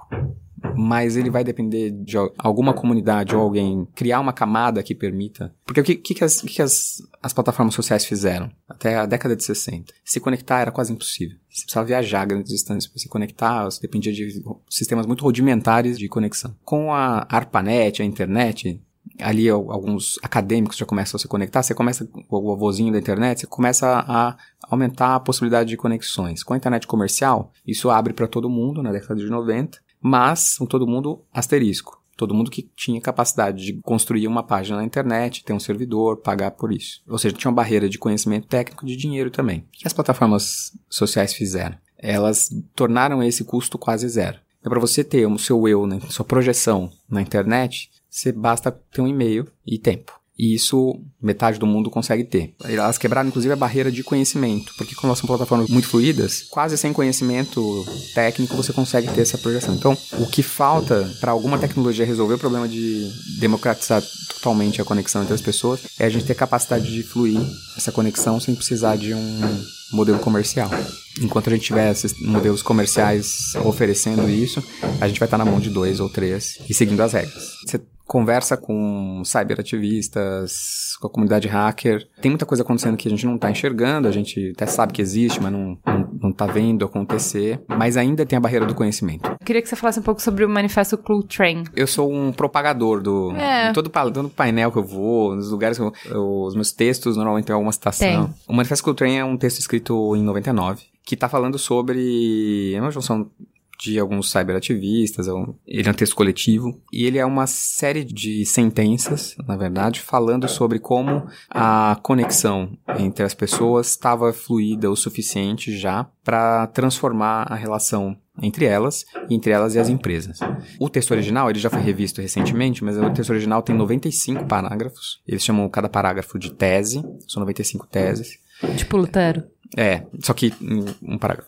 mas ele vai depender de alguma comunidade ou alguém criar uma camada que permita... Porque o que, que, que, as, que as, as plataformas sociais fizeram? Até a década de sessenta. Se conectar era quase impossível. Você precisava viajar grandes distâncias para se conectar, você dependia de sistemas muito rudimentares de conexão. Com a ARPANET, a internet... Ali alguns acadêmicos já começam a se conectar, você começa, o avôzinho da internet, você começa a aumentar a possibilidade de conexões. Com a internet comercial, isso abre para todo mundo na década de noventa, mas com todo mundo asterisco. Todo mundo que tinha capacidade de construir uma página na internet, ter um servidor, pagar por isso. Ou seja, tinha uma barreira de conhecimento técnico e de dinheiro também. O que as plataformas sociais fizeram? Elas tornaram esse custo quase zero. Então, para você ter o seu eu, né, sua projeção na internet, você basta ter um e-mail e tempo. E isso metade do mundo consegue ter. Elas quebraram, inclusive, a barreira de conhecimento. Porque como elas são plataformas muito fluidas, quase sem conhecimento técnico você consegue ter essa projeção. Então, o que falta para alguma tecnologia resolver o problema de democratizar totalmente a conexão entre as pessoas é a gente ter capacidade de fluir essa conexão sem precisar de um modelo comercial. Enquanto a gente tiver esses modelos comerciais oferecendo isso, a gente vai estar na mão de dois ou três e seguindo as regras. Você conversa com cyberativistas, com a comunidade hacker. Tem muita coisa acontecendo que a gente não está enxergando, a gente até sabe que existe, mas não, não, não tá vendo acontecer. Mas ainda tem a barreira do conhecimento. Eu queria que você falasse um pouco sobre o manifesto ClueTrain. Eu sou um propagador do... É. Todo, todo painel que eu vou, nos lugares que eu, eu... Os meus textos normalmente tem alguma citação. Tem. O manifesto ClueTrain é um texto escrito em noventa e nove, que está falando sobre... É uma junção de alguns cyberativistas, ele é um texto coletivo, e ele é uma série de sentenças, na verdade, falando sobre como a conexão entre as pessoas estava fluida o suficiente já para transformar a relação entre elas, e entre elas e as empresas. O texto original, ele já foi revisto recentemente, mas o texto original tem noventa e cinco parágrafos, eles chamam cada parágrafo de tese, são noventa e cinco teses. Tipo Lutero. É, só que um parágrafo.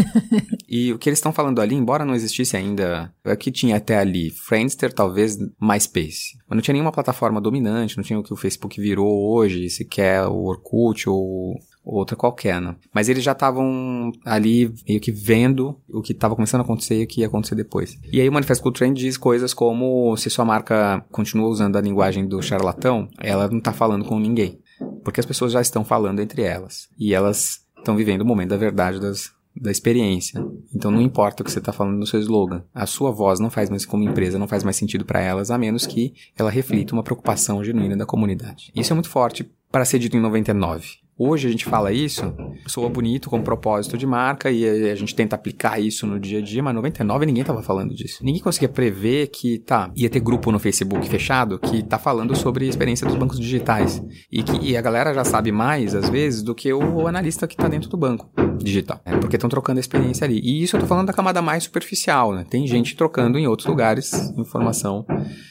E o que eles estão falando ali, embora não existisse ainda, o que tinha até ali, Friendster, talvez MySpace, mas não tinha nenhuma plataforma dominante, não tinha o que o Facebook virou hoje, sequer o Orkut ou outra qualquer, né? Mas eles já estavam ali meio que vendo o que estava começando a acontecer e o que ia acontecer depois. E aí o Manifesto ClueTrain diz coisas como, se sua marca continua usando a linguagem do charlatão, ela não está falando com ninguém, porque as pessoas já estão falando entre elas, e elas estão vivendo o momento da verdade das da experiência. Então não importa o que você está falando no seu slogan. A sua voz não faz mais como empresa, não faz mais sentido para elas, a menos que ela reflita uma preocupação genuína da comunidade. Isso é muito forte para ser dito em noventa e nove. Hoje a gente fala isso, soa bonito com propósito de marca e a gente tenta aplicar isso no dia a dia, mas em noventa e nove ninguém estava falando disso. Ninguém conseguia prever que, tá, ia ter grupo no Facebook fechado que tá falando sobre a experiência dos bancos digitais. E que e a galera já sabe mais, às vezes, do que o analista que tá dentro do banco digital. É, porque estão trocando a experiência ali. E isso eu tô falando da camada mais superficial, né? Tem gente trocando em outros lugares informação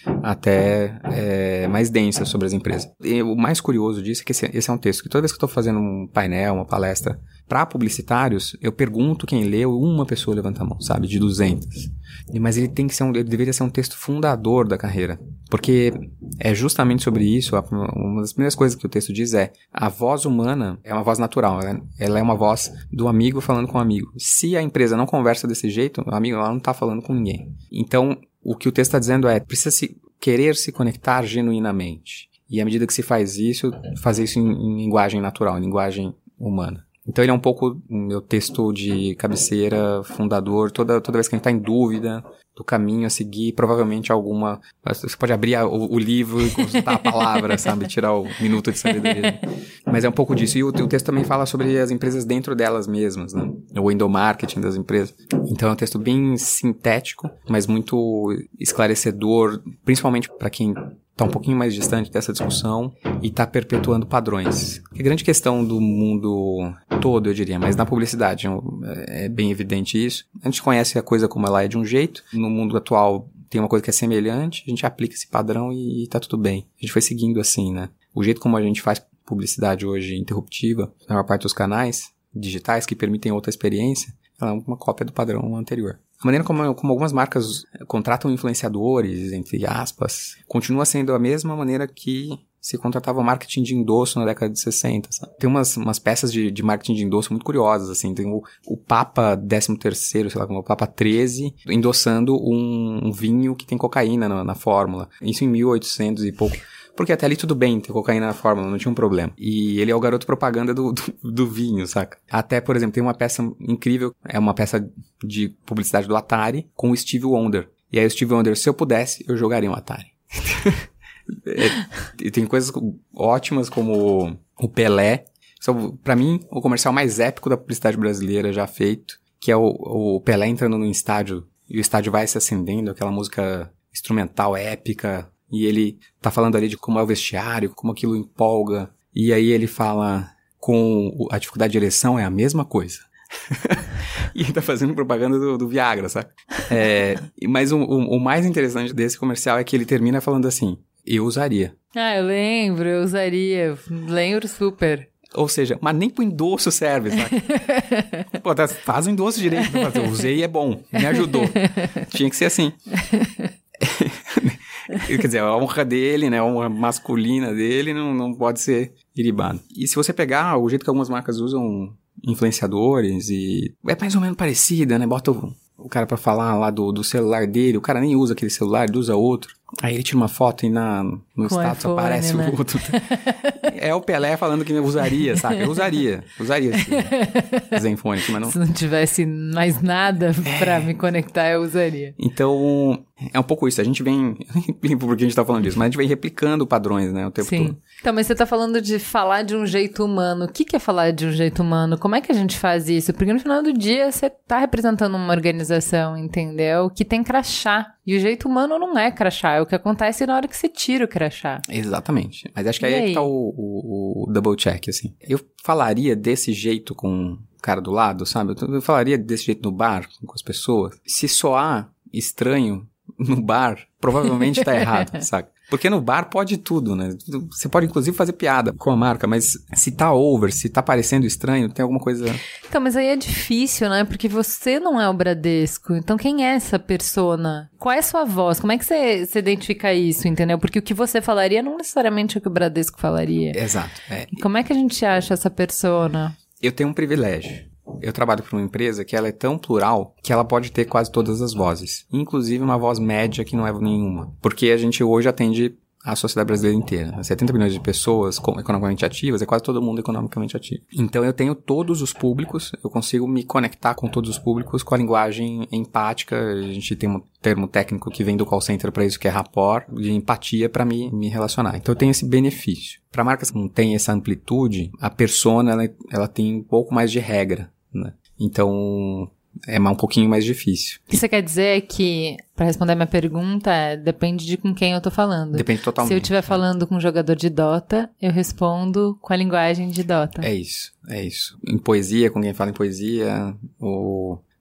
até é, mais densa sobre as empresas. E o mais curioso disso é que esse, esse é um texto que toda vez que eu tô fazendo um painel, uma palestra Para publicitários, eu pergunto quem leu, uma pessoa levanta a mão, sabe? De duzentas. Mas ele tem que ser um, ele deveria ser um texto fundador da carreira. Porque é justamente sobre isso, uma das primeiras coisas que o texto diz é: a voz humana é uma voz natural, né? Ela é uma voz do amigo falando com o amigo. Se a empresa não conversa desse jeito, o amigo ela não está falando com ninguém. Então, o que o texto está dizendo é: precisa se querer se conectar genuinamente. E à medida que se faz isso, fazer isso em, em linguagem natural, em linguagem humana. Então ele é um pouco o meu texto de cabeceira, fundador, toda, toda vez que a gente está em dúvida do caminho a seguir, provavelmente alguma... Você pode abrir a, o, o livro e consultar a palavra, sabe? Tirar o minuto de sabedoria. Mas é um pouco disso. E o, o texto também fala sobre as empresas dentro delas mesmas, né? O endomarketing das empresas. Então é um texto bem sintético, mas muito esclarecedor, principalmente para quem está um pouquinho mais distante dessa discussão e está perpetuando padrões. A grande questão do mundo todo, eu diria, mas na publicidade é bem evidente isso. A gente conhece a coisa como ela é de um jeito, no mundo atual tem uma coisa que é semelhante, a gente aplica esse padrão e está tudo bem. A gente foi seguindo assim, né? O jeito como a gente faz publicidade hoje interruptiva, na maior parte dos canais digitais que permitem outra experiência, ela é uma cópia do padrão anterior. A maneira como, como algumas marcas contratam influenciadores, entre aspas, continua sendo a mesma maneira que se contratava marketing de endosso na década de sessenta, sabe? Tem umas, umas peças de, de marketing de endosso muito curiosas, assim. Tem o, o Papa décimo terceiro, sei lá, como o Papa treze, endossando um, um vinho que tem cocaína na, na fórmula. Isso em mil e oitocentos e pouco. Porque até ali tudo bem ter cocaína na fórmula, não tinha um problema. E ele é o garoto propaganda do, do, do vinho, saca? Até, por exemplo, tem uma peça incrível, é uma peça de publicidade do Atari com o Steve Wonder. E aí o Steve Wonder, se eu pudesse, eu jogaria um Atari. é, e tem coisas ótimas como o Pelé. Então, pra mim, o comercial mais épico da publicidade brasileira já feito, que é o, o Pelé entrando no estádio e o estádio vai se acendendo, aquela música instrumental épica. E ele tá falando ali de como é o vestiário, como aquilo empolga. E aí ele fala com a dificuldade de ereção é a mesma coisa. E ele tá fazendo propaganda do, do Viagra, sabe? É, mas o, o, o mais interessante desse comercial é que ele termina falando assim: eu usaria. Ah, eu lembro, eu usaria. Lembro super. Ou seja, mas nem pro endosso serve, sabe? Pô, tá, faz o endosso direito. Eu usei e é bom, me ajudou. Tinha que ser assim. Quer dizer, a honra dele, né, a honra masculina dele não, não pode ser iribada. E se você pegar o jeito que algumas marcas usam influenciadores e... é mais ou menos parecida, né? Bota o, o cara pra falar lá do, do celular dele, o cara nem usa aquele celular, ele usa outro. Aí ele tira uma foto e na, no Com status iPhone, aparece né? o outro. É o Pelé falando que eu usaria, sabe? Eu usaria, usaria esse Zenfone, mas não... Se não tivesse mais nada é. pra me conectar, eu usaria. Então, é um pouco isso. A gente vem... Porque a gente tá falando disso, mas a gente vem replicando padrões, né? O tempo Sim. todo. Então, mas você tá falando de falar de um jeito humano. O que que é falar de um jeito humano? Como é que a gente faz isso? Porque no final do dia, você tá representando uma organização, entendeu? Que tem crachá. E o jeito humano não é crachá, é o que acontece na hora que você tira o crachá. Exatamente. Mas acho que e aí, aí é que tá o, o, o double check, assim. Eu falaria desse jeito com o cara do lado, sabe? Eu falaria desse jeito no bar, com as pessoas. Se soar estranho no bar, provavelmente tá errado, sabe? Porque no bar pode tudo, né? Você pode, inclusive, fazer piada com a marca, mas se tá over, se tá parecendo estranho, tem alguma coisa... Então, mas aí é difícil, né? Porque você não é o Bradesco. Então, quem é essa persona? Qual é a sua voz? Como é que você, você identifica isso, entendeu? Porque o que você falaria não necessariamente é o que o Bradesco falaria. Exato. É. Como é que a gente acha essa persona? Eu tenho um privilégio. Eu trabalho para uma empresa que ela é tão plural que ela pode ter quase todas as vozes. Inclusive uma voz média que não é nenhuma. Porque a gente hoje atende a sociedade brasileira inteira. setenta milhões de pessoas economicamente ativas, é quase todo mundo economicamente ativo. Então eu tenho todos os públicos, eu consigo me conectar com todos os públicos com a linguagem empática. A gente tem um termo técnico que vem do call center para isso, que é rapport, de empatia para me, me relacionar. Então eu tenho esse benefício. Para marcas que não têm essa amplitude, a persona ela, ela tem um pouco mais de regra, né? Então é um pouquinho mais difícil. O que você quer dizer é que, para responder a minha pergunta, é, depende de com quem eu tô falando. Depende totalmente. Se eu estiver falando com um jogador de Dota, eu respondo com a linguagem de Dota. É isso, é isso. Em poesia, com quem fala em poesia, ou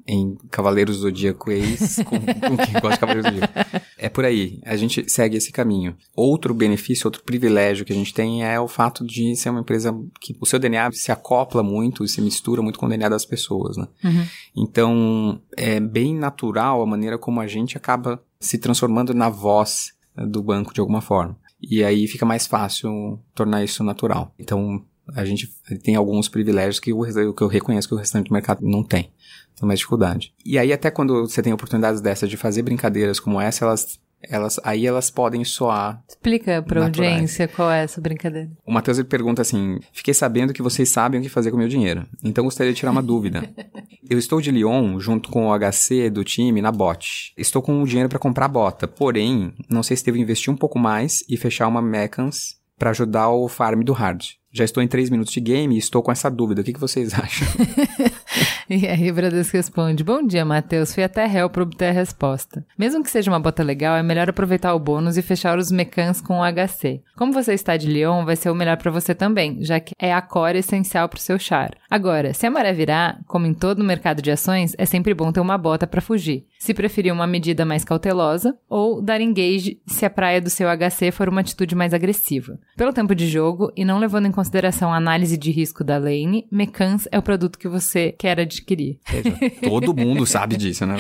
em Cavaleiros do Zodíaco ex com, com quem gosta de Cavaleiros do Zodíaco. É por aí, a gente segue esse caminho. Outro benefício, outro privilégio que a gente tem é o fato de ser uma empresa que o seu D N A se acopla muito e se mistura muito com o D N A das pessoas, né? Uhum. Então, é bem natural a maneira como a gente acaba se transformando na voz do banco de alguma forma. E aí fica mais fácil tornar isso natural. Então, a gente tem alguns privilégios que eu, que eu reconheço que o restante do mercado não tem. Tem mais dificuldade. E aí, até quando você tem oportunidades dessas de fazer brincadeiras como essa, elas, elas, aí elas podem soar. Explica pra naturais. Audiência qual é essa brincadeira. O Matheus ele pergunta assim: fiquei sabendo que vocês sabem o que fazer com o meu dinheiro. Então gostaria de tirar uma dúvida. Eu estou de Lyon, junto com o H C do time, na bot. Estou com o dinheiro para comprar bota. Porém, não sei se devo investir um pouco mais e fechar uma Mechans para ajudar o farm do hard. Já estou em três minutos de game e estou com essa dúvida. O que, que vocês acham? E aí, Bradesco responde: bom dia, Matheus. Fui até Hell para obter a resposta. Mesmo que seja uma bota legal, é melhor aproveitar o bônus e fechar os mecans com o H C. Como você está de Lyon, vai ser o melhor para você também, já que é a core essencial para o seu char. Agora, se a maré virar, como em todo o mercado de ações, é sempre bom ter uma bota para fugir. Se preferir uma medida mais cautelosa, ou dar engage se a praia do seu H C for uma atitude mais agressiva. Pelo tempo de jogo, e não levando em consideração a análise de risco da lane, Mecans é o produto que você quer adquirir. É, todo mundo sabe disso, né?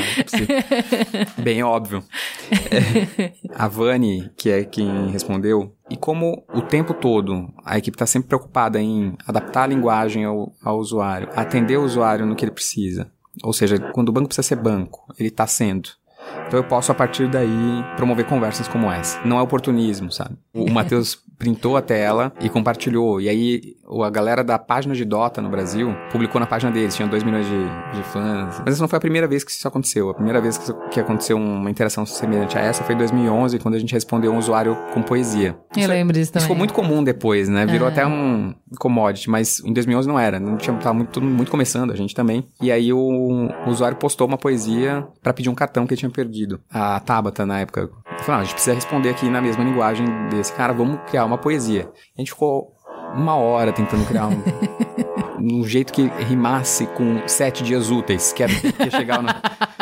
Bem óbvio. É, a Vani, que é quem respondeu, e como o tempo todo a equipe está sempre preocupada em adaptar a linguagem ao, ao usuário, atender o usuário no que ele precisa. Ou seja, quando o banco precisa ser banco, ele está sendo. Então eu posso, a partir daí, promover conversas como essa. Não é oportunismo, sabe? O Matheus printou a tela e compartilhou. E aí, a galera da página de Dota no Brasil publicou na página deles. Tinha dois milhões de, de fãs. Mas essa não foi a primeira vez que isso aconteceu. A primeira vez que, que aconteceu uma interação semelhante a essa foi em dois mil e onze, quando a gente respondeu um usuário com poesia. Eu isso, lembro disso também. Isso ficou muito comum depois, né? Virou ah. até um commodity, mas em dois mil e onze não era. Não tinha, tava muito, muito começando, a gente também. E aí o, o usuário postou uma poesia pra pedir um cartão que ele tinha perdido. A Tabata, na época, falou: ah, a gente precisa responder aqui na mesma linguagem desse cara, vamos criar uma poesia. A gente ficou uma hora tentando criar um, um jeito que rimasse com sete dias úteis, que era que ia chegar no...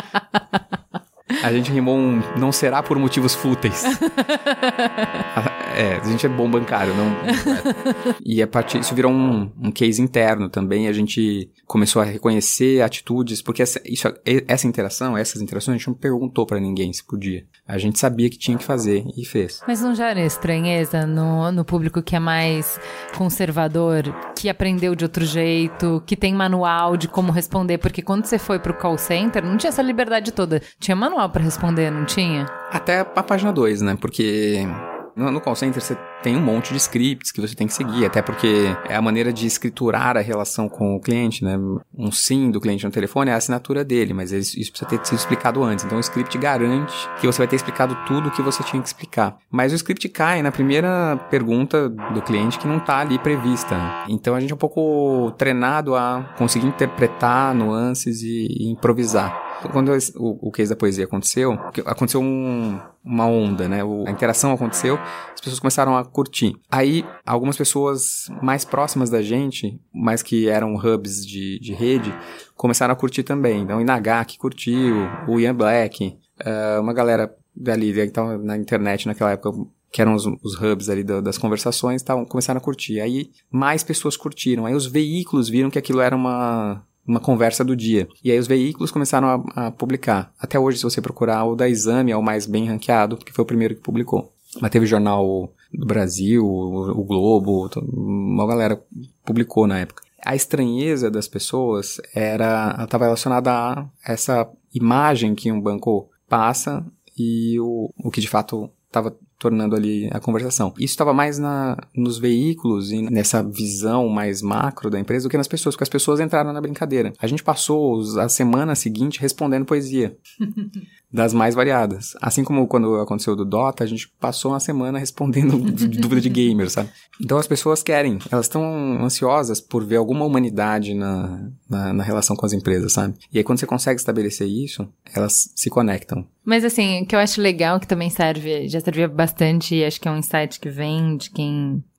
A gente rimou um não será por motivos fúteis. É, a gente é bom bancário, não... E a partir isso virou um, um case interno também, a gente começou a reconhecer atitudes, porque essa, isso, essa interação, essas interações, a gente não perguntou pra ninguém se podia. A gente sabia que tinha que fazer e fez. Mas não gera estranheza no, no público que é mais conservador, que aprendeu de outro jeito, que tem manual de como responder? Porque quando você foi pro call center, não tinha essa liberdade toda. Tinha manual pra responder, não tinha? Até a página dois, né? Porque no, no call center você tem um monte de scripts que você tem que seguir, até porque é a maneira de escriturar a relação com o cliente, né? Um sim do cliente no telefone é a assinatura dele, mas isso precisa ter sido explicado antes. Então o script garante que você vai ter explicado tudo o que você tinha que explicar. Mas o script cai na primeira pergunta do cliente que não está ali prevista. Então a gente é um pouco treinado a conseguir interpretar nuances e, e improvisar. Quando o, o case da poesia aconteceu, aconteceu um, uma onda, né? O, a interação aconteceu, as pessoas começaram a curtir. Aí, algumas pessoas mais próximas da gente, mas que eram hubs de, de rede, começaram a curtir também. Então, o Inagaki curtiu, o Ian Black, uh, uma galera dali, que estava na internet naquela época, que eram os, os hubs ali do, das conversações, tavam, começaram a curtir. Aí, mais pessoas curtiram. Aí, os veículos viram que aquilo era uma... uma conversa do dia. E aí os veículos começaram a, a publicar. Até hoje, se você procurar, o da Exame é o mais bem ranqueado, porque foi o primeiro que publicou. Mas teve Jornal do Brasil, o, o Globo, uma galera publicou na época. A estranheza das pessoas era, ela estava relacionada a essa imagem que um banco passa e o, o que de fato estava tornando ali a conversação. Isso estava mais na, nos veículos e nessa visão mais macro da empresa do que nas pessoas, porque as pessoas entraram na brincadeira. A gente passou a semana seguinte respondendo poesia. Das mais variadas. Assim como quando aconteceu do Dota, a gente passou uma semana respondendo dúvida de gamer, sabe? Então as pessoas querem, elas estão ansiosas por ver alguma humanidade na, na, na relação com as empresas, sabe? E aí quando você consegue estabelecer isso, elas se conectam. Mas assim, o que eu acho legal, que também serve, já servia bastante, e acho que é um insight que vem de quem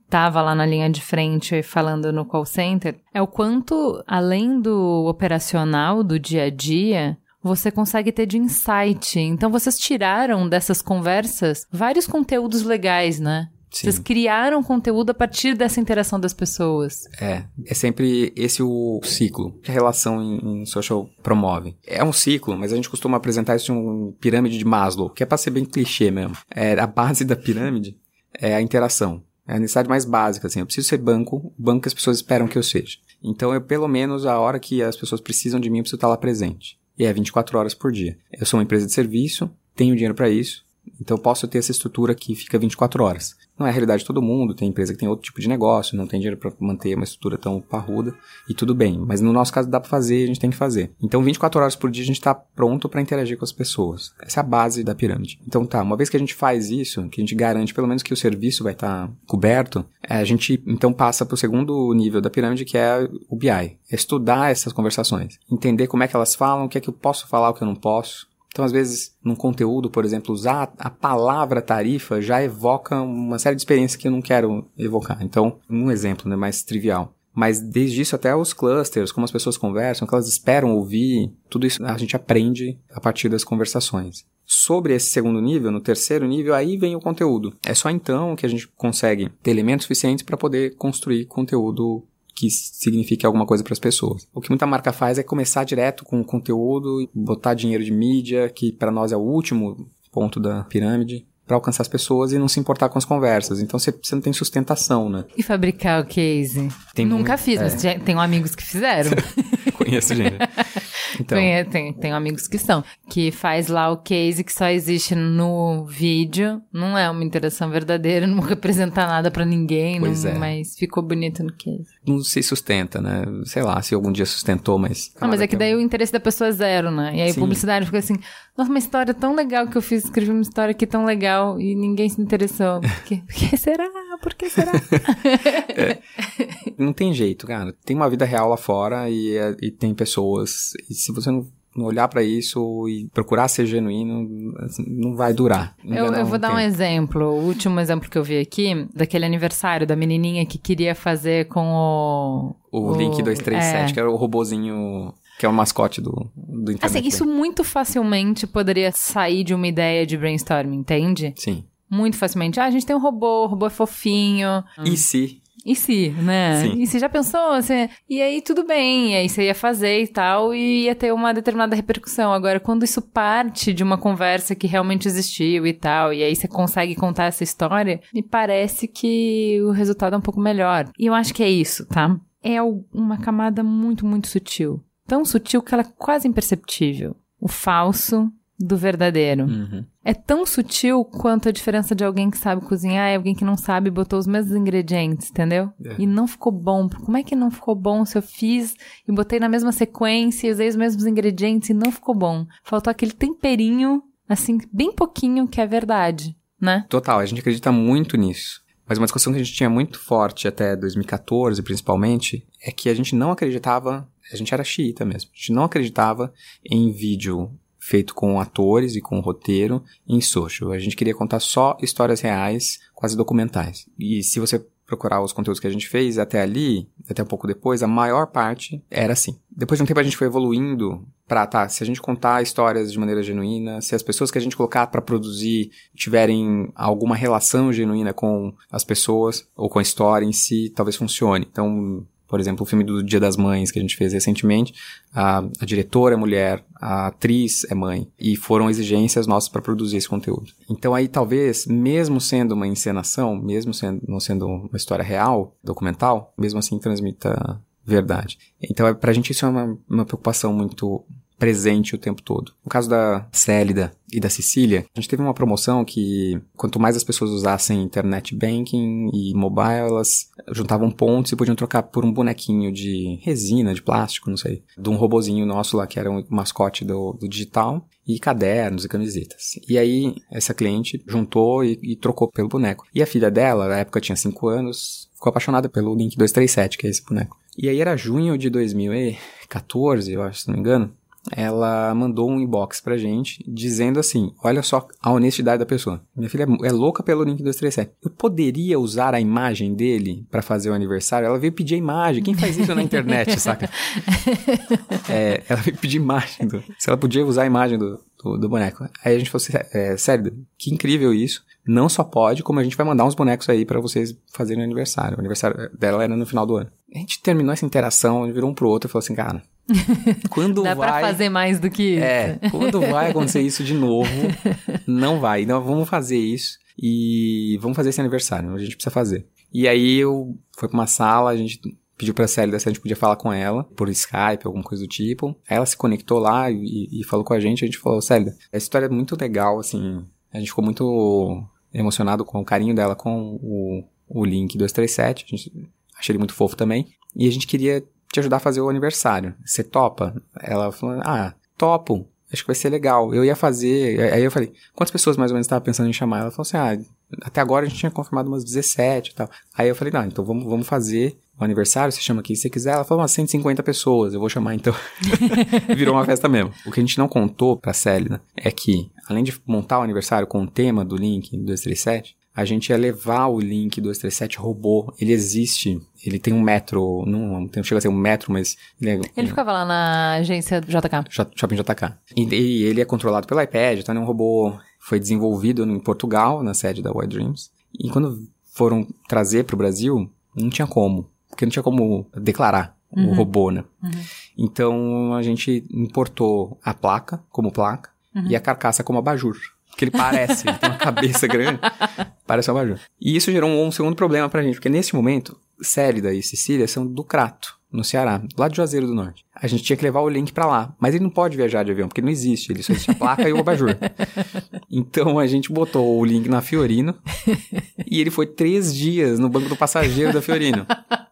estava lá na linha de frente falando no call center, é o quanto, além do operacional, do dia a dia, você consegue ter de insight. Então, vocês tiraram dessas conversas vários conteúdos legais, né? Sim. Vocês criaram conteúdo a partir dessa interação das pessoas. É, é sempre esse o ciclo que a relação em, em social promove. É um ciclo, mas a gente costuma apresentar isso de uma pirâmide de Maslow, que é pra ser bem clichê mesmo. É, a base da pirâmide é a interação. É a necessidade mais básica, assim. Eu preciso ser banco, o banco que as pessoas esperam que eu seja. Então, eu, pelo menos, a hora que as pessoas precisam de mim, eu preciso estar lá presente. E é vinte e quatro horas por dia. Eu sou uma empresa de serviço, tenho dinheiro pra isso, então eu posso ter essa estrutura que fica vinte e quatro horas. Não é a realidade de todo mundo, tem empresa que tem outro tipo de negócio, não tem dinheiro para manter uma estrutura tão parruda, e tudo bem. Mas no nosso caso dá para fazer, a gente tem que fazer. Então vinte e quatro horas por dia a gente está pronto para interagir com as pessoas. Essa é a base da pirâmide. Então tá, uma vez que a gente faz isso, que a gente garante pelo menos que o serviço vai estar tá coberto, a gente então passa para o segundo nível da pirâmide, que é o B I. É estudar essas conversações, entender como é que elas falam, o que é que eu posso falar, o que eu não posso. Então, às vezes, num conteúdo, por exemplo, usar a palavra tarifa já evoca uma série de experiências que eu não quero evocar. Então, um exemplo, né, mais trivial. Mas desde isso até os clusters, como as pessoas conversam, o que elas esperam ouvir, tudo isso a gente aprende a partir das conversações. Sobre esse segundo nível, no terceiro nível, aí vem o conteúdo. É só então que a gente consegue ter elementos suficientes para poder construir conteúdo que signifique alguma coisa para as pessoas. O que muita marca faz é começar direto com o conteúdo, botar dinheiro de mídia, que para nós é o último ponto da pirâmide, para alcançar as pessoas e não se importar com as conversas. Então você, você não tem sustentação, né? E fabricar o case? Tem Nunca muito, fiz, é. mas tenho amigos que fizeram. Conheço gente. Então. Tem, tenho amigos que estão. Que faz lá o case que só existe no vídeo. Não é uma interação verdadeira, não representa nada pra ninguém, não, é. mas ficou bonito no case. Não se sustenta, né? Sei lá, se algum dia sustentou, mas... Não, mas é que daí um... o interesse da pessoa é zero, né? E aí a publicidade fica assim, nossa, uma história tão legal que eu fiz, escrevi uma história aqui tão legal e ninguém se interessou. Por que, Por que será? Por que será? é. Não tem jeito, cara. Tem uma vida real lá fora e, e tem pessoas... E se você não, não olhar pra isso e procurar ser genuíno, não vai durar. Eu, eu vou dar um exemplo. O último exemplo que eu vi aqui, daquele aniversário da menininha que queria fazer com o... O, o Link dois três sete, é. que era o robozinho... Que é o mascote do, do internet. Assim, isso muito facilmente poderia sair de uma ideia de brainstorming, entende? Sim. Muito facilmente. Ah, a gente tem um robô, o robô é fofinho. E se... E se, né? Sim. E se já pensou? Você... E aí tudo bem, e aí você ia fazer e tal, e ia ter uma determinada repercussão. Agora, quando isso parte de uma conversa que realmente existiu e tal, e aí você consegue contar essa história, me parece que o resultado é um pouco melhor. E eu acho que é isso, tá? É uma camada muito, muito sutil. Tão sutil que ela é quase imperceptível. O falso do verdadeiro. Uhum. É tão sutil quanto a diferença de alguém que sabe cozinhar e alguém que não sabe e botou os mesmos ingredientes, entendeu? É. E não ficou bom. Como é que não ficou bom se eu fiz e botei na mesma sequência e usei os mesmos ingredientes e não ficou bom? Faltou aquele temperinho, assim, bem pouquinho, que é verdade, né? Total, a gente acredita muito nisso. Mas uma discussão que a gente tinha muito forte até dois mil e catorze, principalmente, é que a gente não acreditava... A gente era xiita mesmo. A gente não acreditava em vídeo feito com atores e com roteiro em social. A gente queria contar só histórias reais, quase documentais. E se você procurar os conteúdos que a gente fez até ali, até um pouco depois, a maior parte era assim. Depois de um tempo a gente foi evoluindo pra, tá, se a gente contar histórias de maneira genuína, se as pessoas que a gente colocar pra produzir tiverem alguma relação genuína com as pessoas ou com a história em si, talvez funcione. Então... Por exemplo, o filme do Dia das Mães que a gente fez recentemente, a, a diretora é mulher, a atriz é mãe, e foram exigências nossas para produzir esse conteúdo. Então aí talvez, mesmo sendo uma encenação, mesmo sendo, não sendo uma história real, documental, mesmo assim transmita verdade. Então pra gente isso é uma, uma preocupação muito presente o tempo todo. No caso da Célida e da Cecília, a gente teve uma promoção que quanto mais as pessoas usassem internet banking e mobile, elas juntavam pontos e podiam trocar por um bonequinho de resina, de plástico, não sei, de um robozinho nosso lá que era um mascote do, do digital, e cadernos e camisetas. E aí essa cliente juntou e, e trocou pelo boneco. E a filha dela, na época tinha cinco anos, ficou apaixonada pelo Link dois três sete, que é esse boneco. E aí era junho de dois mil e catorze, eu acho, se não me engano. ela mandou um inbox pra gente, dizendo assim, olha só a honestidade da pessoa. Minha filha é louca pelo Link duzentos e trinta e sete. Eu poderia usar a imagem dele pra fazer o aniversário? Ela veio pedir a imagem. Quem faz isso na internet, saca? É, ela veio pedir imagem. Do, se ela podia usar a imagem do, do, do boneco. Aí a gente falou assim, é, sério, que incrível isso. Não só pode, como a gente vai mandar uns bonecos aí pra vocês fazerem o aniversário. O aniversário dela era no final do ano. A gente terminou essa interação, virou um pro outro e falou assim, cara, quando Dá vai... pra fazer mais do que isso. É, quando vai acontecer isso de novo, não vai. Então vamos fazer isso e vamos fazer esse aniversário. A gente precisa fazer. E aí eu fui pra uma sala, a gente pediu pra Célida se a gente podia falar com ela, por Skype, alguma coisa do tipo. Aí ela se conectou lá e, e falou com a gente. A gente falou, Célida, essa história é muito legal, assim. A gente ficou muito emocionado com o carinho dela com o, o Link duzentos e trinta e sete. A gente achei ele muito fofo também. E a gente queria te ajudar a fazer o aniversário. Você topa? Ela falou, ah, topo. Acho que vai ser legal. Eu ia fazer... Aí eu falei, quantas pessoas mais ou menos estava pensando em chamar? Ela falou assim, ah, até agora a gente tinha confirmado umas dezessete e tal. Aí eu falei, não, então vamos, vamos fazer o aniversário, você chama aqui se você quiser. Ela falou, umas cento e cinquenta pessoas, eu vou chamar então. Virou uma festa mesmo. O que a gente não contou pra Célida é que, além de montar o aniversário com o tema do Link duzentos e trinta e sete, a gente ia levar o Link duzentos e trinta e sete robô. Ele existe, ele tem um metro, não, não chega a ser um metro, mas... Ele, é, ele ficava lá na agência J K. Shopping J K. E, e ele é controlado pelo iPad, então ele é um robô, foi desenvolvido em Portugal, na sede da Wild Dreams. E quando foram trazer pro Brasil, não tinha como, porque não tinha como declarar uhum. o robô, né? Uhum. Então a gente importou a placa como placa uhum. e a carcaça como abajur. Porque ele parece, ele tem uma cabeça grande, parece um abajur. E isso gerou um, um segundo problema pra gente, porque nesse momento, Célida e Cecília são do Crato, no Ceará, lá de Juazeiro do Norte. A gente tinha que levar o Link pra lá, mas ele não pode viajar de avião, porque ele não existe, ele só existe a placa e o abajur. Então a gente botou o Link na Fiorino e ele foi três dias no banco do passageiro da Fiorino.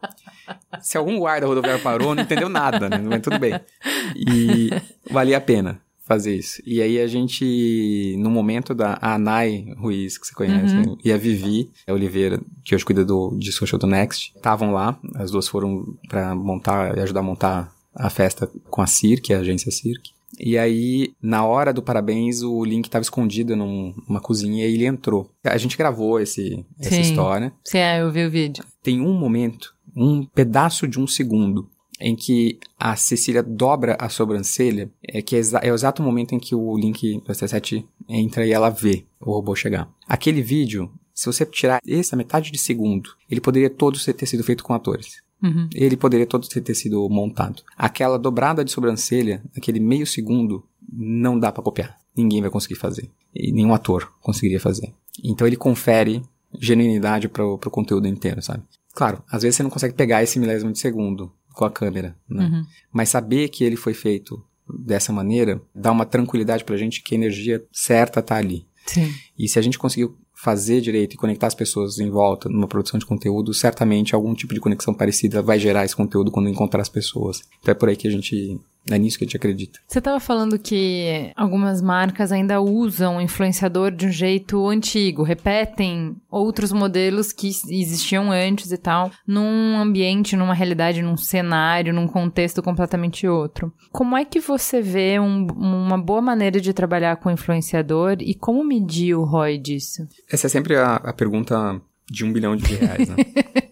Se algum guarda rodoviário parou, não entendeu nada, né? Mas tudo bem. E valia a pena fazer isso. E aí a gente, no momento da a Anay Ruiz, que você conhece, uhum. e a Vivi Oliveira, que hoje cuida do, de Social do Next, estavam lá. As duas foram pra montar e ajudar a montar a festa com a Cirque, a agência Cirque. E aí, na hora do parabéns, o Link estava escondido num, numa cozinha e ele entrou. A gente gravou esse, essa Sim. história. Sim, eu vi o vídeo. Tem um momento, um pedaço de um segundo, em que a Cecília dobra a sobrancelha, é, que é, exa- é o exato momento em que o Link duzentos e trinta e sete entra e ela vê o robô chegar. Aquele vídeo, se você tirar essa metade de segundo, ele poderia todo ter sido feito com atores. Uhum. Ele poderia todo ter sido montado. Aquela dobrada de sobrancelha, aquele meio segundo, não dá pra copiar. Ninguém vai conseguir fazer. E nenhum ator conseguiria fazer. Então ele confere genuinidade pro, pro conteúdo inteiro, sabe? Claro, às vezes você não consegue pegar esse milésimo de segundo com a câmera, né? Uhum. Mas saber que ele foi feito dessa maneira dá uma tranquilidade pra gente que a energia certa tá ali. Sim. E se a gente conseguiu fazer direito e conectar as pessoas em volta numa produção de conteúdo, certamente algum tipo de conexão parecida vai gerar esse conteúdo quando encontrar as pessoas. Então é por aí que a gente... É nisso que a gente acredita. Você estava falando que algumas marcas ainda usam o influenciador de um jeito antigo, repetem outros modelos que existiam antes e tal, num ambiente, numa realidade, num cenário, num contexto completamente outro. Como é que você vê um, uma boa maneira de trabalhar com o influenciador e como medir o R O I disso? Essa é sempre a, a pergunta de um bilhão de reais, né?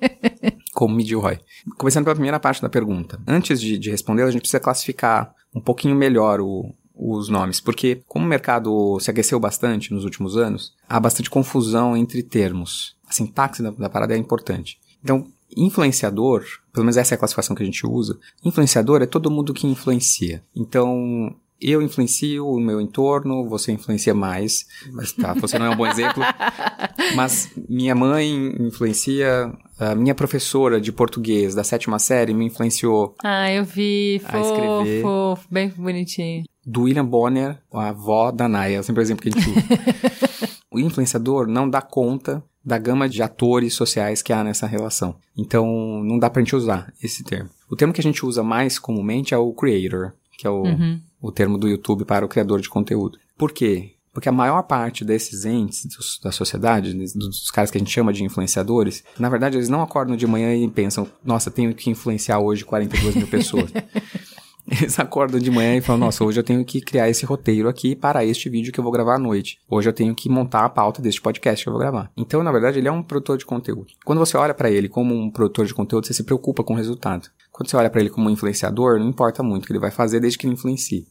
Como medir o R O I? Começando pela primeira parte da pergunta. Antes de, de responder, a gente precisa classificar um pouquinho melhor o, os nomes, porque como o mercado se aqueceu bastante nos últimos anos, há bastante confusão entre termos. A sintaxe da, da parada é importante. Então, influenciador, pelo menos essa é a classificação que a gente usa, influenciador é todo mundo que influencia. Então... Eu influencio o meu entorno, você influencia mais. Mas tá, você não é um bom exemplo. Mas minha mãe influencia, a minha professora de português da sétima série me influenciou. Ah, eu vi, fofo, a escrever. Fofo, bem bonitinho. Do William Bonner, a avó da Naya, é sempre o exemplo que a gente usa. O influenciador não dá conta da gama de atores sociais que há nessa relação. Então, não dá pra gente usar esse termo. O termo que a gente usa mais comumente é o creator, que é o... Uhum. O termo do YouTube para o criador de conteúdo. Por quê? Porque a maior parte desses entes dos, da sociedade, dos caras que a gente chama de influenciadores, na verdade eles não acordam de manhã e pensam, nossa, tenho que influenciar hoje quarenta e duas mil pessoas. Eles acordam de manhã e falam, nossa, hoje eu tenho que criar esse roteiro aqui para este vídeo que eu vou gravar à noite. Hoje eu tenho que montar a pauta deste podcast que eu vou gravar. Então, na verdade, ele é um produtor de conteúdo. Quando você olha para ele como um produtor de conteúdo, você se preocupa com o resultado. Quando você olha para ele como um influenciador, não importa muito o que ele vai fazer desde que ele influencie.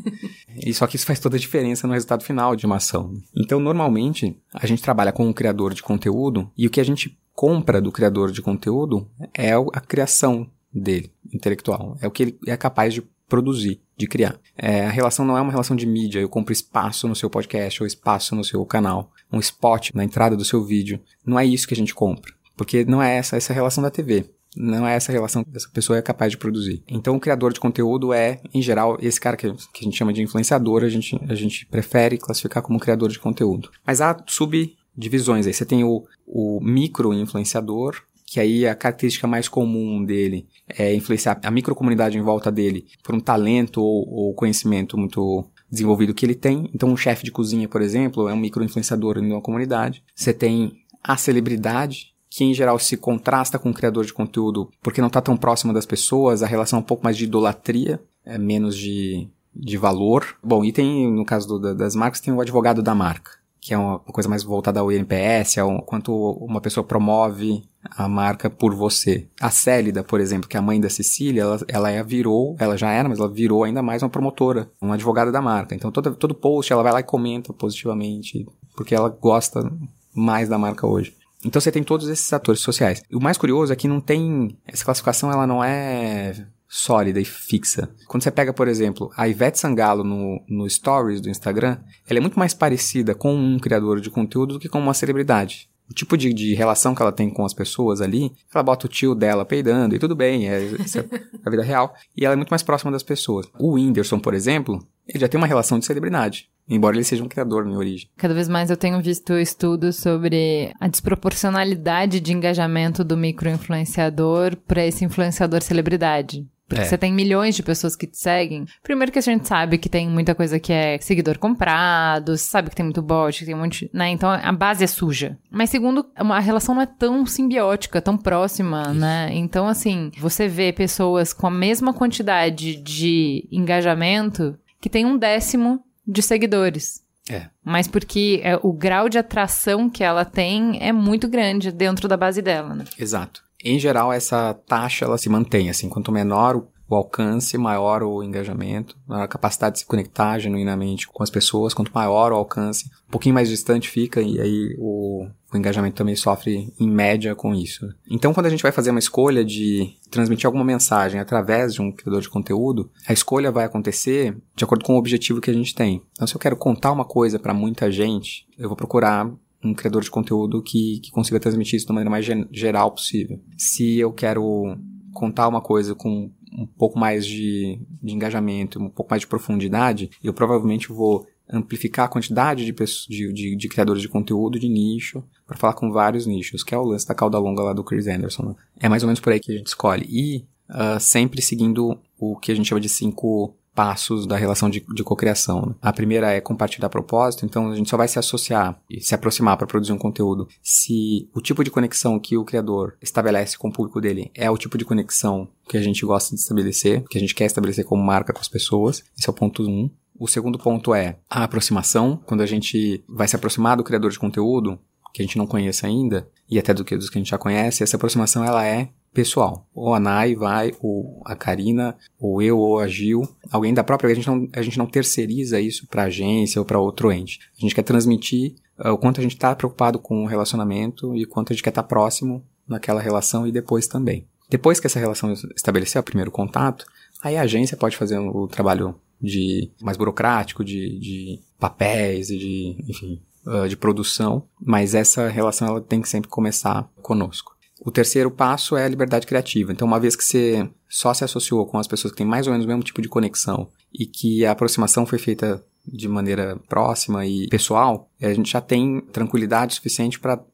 E só que isso faz toda a diferença no resultado final de uma ação. Então, normalmente, a gente trabalha com um criador de conteúdo e o que a gente compra do criador de conteúdo é a criação dele, intelectual. É o que ele é capaz de produzir, de criar. É, a relação não é uma relação de mídia, eu compro espaço no seu podcast ou espaço no seu canal, um spot na entrada do seu vídeo. Não é isso que a gente compra, porque não é essa, essa é a relação da T V. Não é essa relação que essa pessoa é capaz de produzir. Então, o criador de conteúdo é, em geral, esse cara que, que a gente chama de influenciador, a gente, a gente prefere classificar como criador de conteúdo. Mas há subdivisões aí. Você tem o, o micro-influenciador, que aí a característica mais comum dele é influenciar a microcomunidade em volta dele por um talento ou, ou conhecimento muito desenvolvido que ele tem. Então, um chefe de cozinha, por exemplo, é um micro-influenciador em uma comunidade. Você tem a celebridade, que em geral se contrasta com o criador de conteúdo porque não está tão próximo das pessoas, a relação é um pouco mais de idolatria, é menos de, de valor. Bom, e tem, no caso do, das marcas, tem o advogado da marca, que é uma coisa mais voltada ao N P S, ao quanto uma pessoa promove a marca por você. A Célida, por exemplo, que é a mãe da Cecília, ela, ela é, virou, ela já era, mas ela virou ainda mais uma promotora, uma advogada da marca. Então todo, todo post ela vai lá e comenta positivamente, porque ela gosta mais da marca hoje. Então você tem todos esses atores sociais. O mais curioso é que não tem... Essa classificação ela não é sólida e fixa. Quando você pega, por exemplo, a Ivete Sangalo no, no Stories do Instagram, ela é muito mais parecida com um criador de conteúdo do que com uma celebridade. O tipo de, de relação que ela tem com as pessoas ali, ela bota o tio dela peidando e tudo bem, é, isso é a vida real. E ela é muito mais próxima das pessoas. O Whindersson, por exemplo, ele já tem uma relação de celebridade. Embora ele seja um criador em origem. Cada vez mais eu tenho visto estudos sobre a desproporcionalidade de engajamento do micro-influenciador para esse influenciador celebridade. Porque é. Você tem milhões de pessoas que te seguem. Primeiro que a gente sabe que tem muita coisa que é seguidor comprado, sabe que tem muito bot, que tem um monte, né? Então a base é suja. Mas segundo, a relação não é tão simbiótica, tão próxima, Isso. né? Então assim, você vê pessoas com a mesma quantidade de engajamento que tem um décimo de seguidores. É. Mas porque é, o grau de atração que ela tem é muito grande dentro da base dela, né? Exato. Em geral, essa taxa ela se mantém, assim, quanto menor o, o alcance, maior o engajamento, a capacidade de se conectar genuinamente com as pessoas, quanto maior o alcance, um pouquinho mais distante fica e aí o, o engajamento também sofre em média com isso. Então, quando a gente vai fazer uma escolha de transmitir alguma mensagem através de um criador de conteúdo, a escolha vai acontecer de acordo com o objetivo que a gente tem. Então, se eu quero contar uma coisa para muita gente, eu vou procurar um criador de conteúdo que, que consiga transmitir isso de maneira mais gen- geral possível. Se eu quero contar uma coisa com um pouco mais de, de engajamento, um pouco mais de profundidade, eu provavelmente vou amplificar a quantidade de, pessoas, de, de, de criadores de conteúdo de nicho para falar com vários nichos, que é o lance da cauda longa lá do Chris Anderson. Né? É mais ou menos por aí que a gente escolhe. E uh, sempre seguindo o que a gente chama de cinco passos da relação de, de cocriação. Né? A primeira é compartilhar propósito, então a gente só vai se associar e se aproximar para produzir um conteúdo se o tipo de conexão que o criador estabelece com o público dele é o tipo de conexão que a gente gosta de estabelecer, que a gente quer estabelecer como marca com as pessoas. Esse é o ponto um. O segundo ponto é a aproximação, quando a gente vai se aproximar do criador de conteúdo, que a gente não conhece ainda, e até do que, dos que a gente já conhece, essa aproximação ela é pessoal. Ou a Nai vai, ou a Karina, ou eu, ou a Gil, alguém da própria, a gente não, a gente não terceiriza isso para agência ou para outro ente. A gente quer transmitir uh, o quanto a gente está preocupado com o relacionamento e o quanto a gente quer estar tá próximo naquela relação e depois também. Depois que essa relação estabeleceu o primeiro contato, aí a agência pode fazer o trabalho de mais burocrático, de, de papéis e de, enfim, uh, de produção, mas essa relação ela tem que sempre começar conosco. O terceiro passo é a liberdade criativa. Então, uma vez que você só se associou com as pessoas que têm mais ou menos o mesmo tipo de conexão e que a aproximação foi feita de maneira próxima e pessoal, a gente já tem tranquilidade suficiente para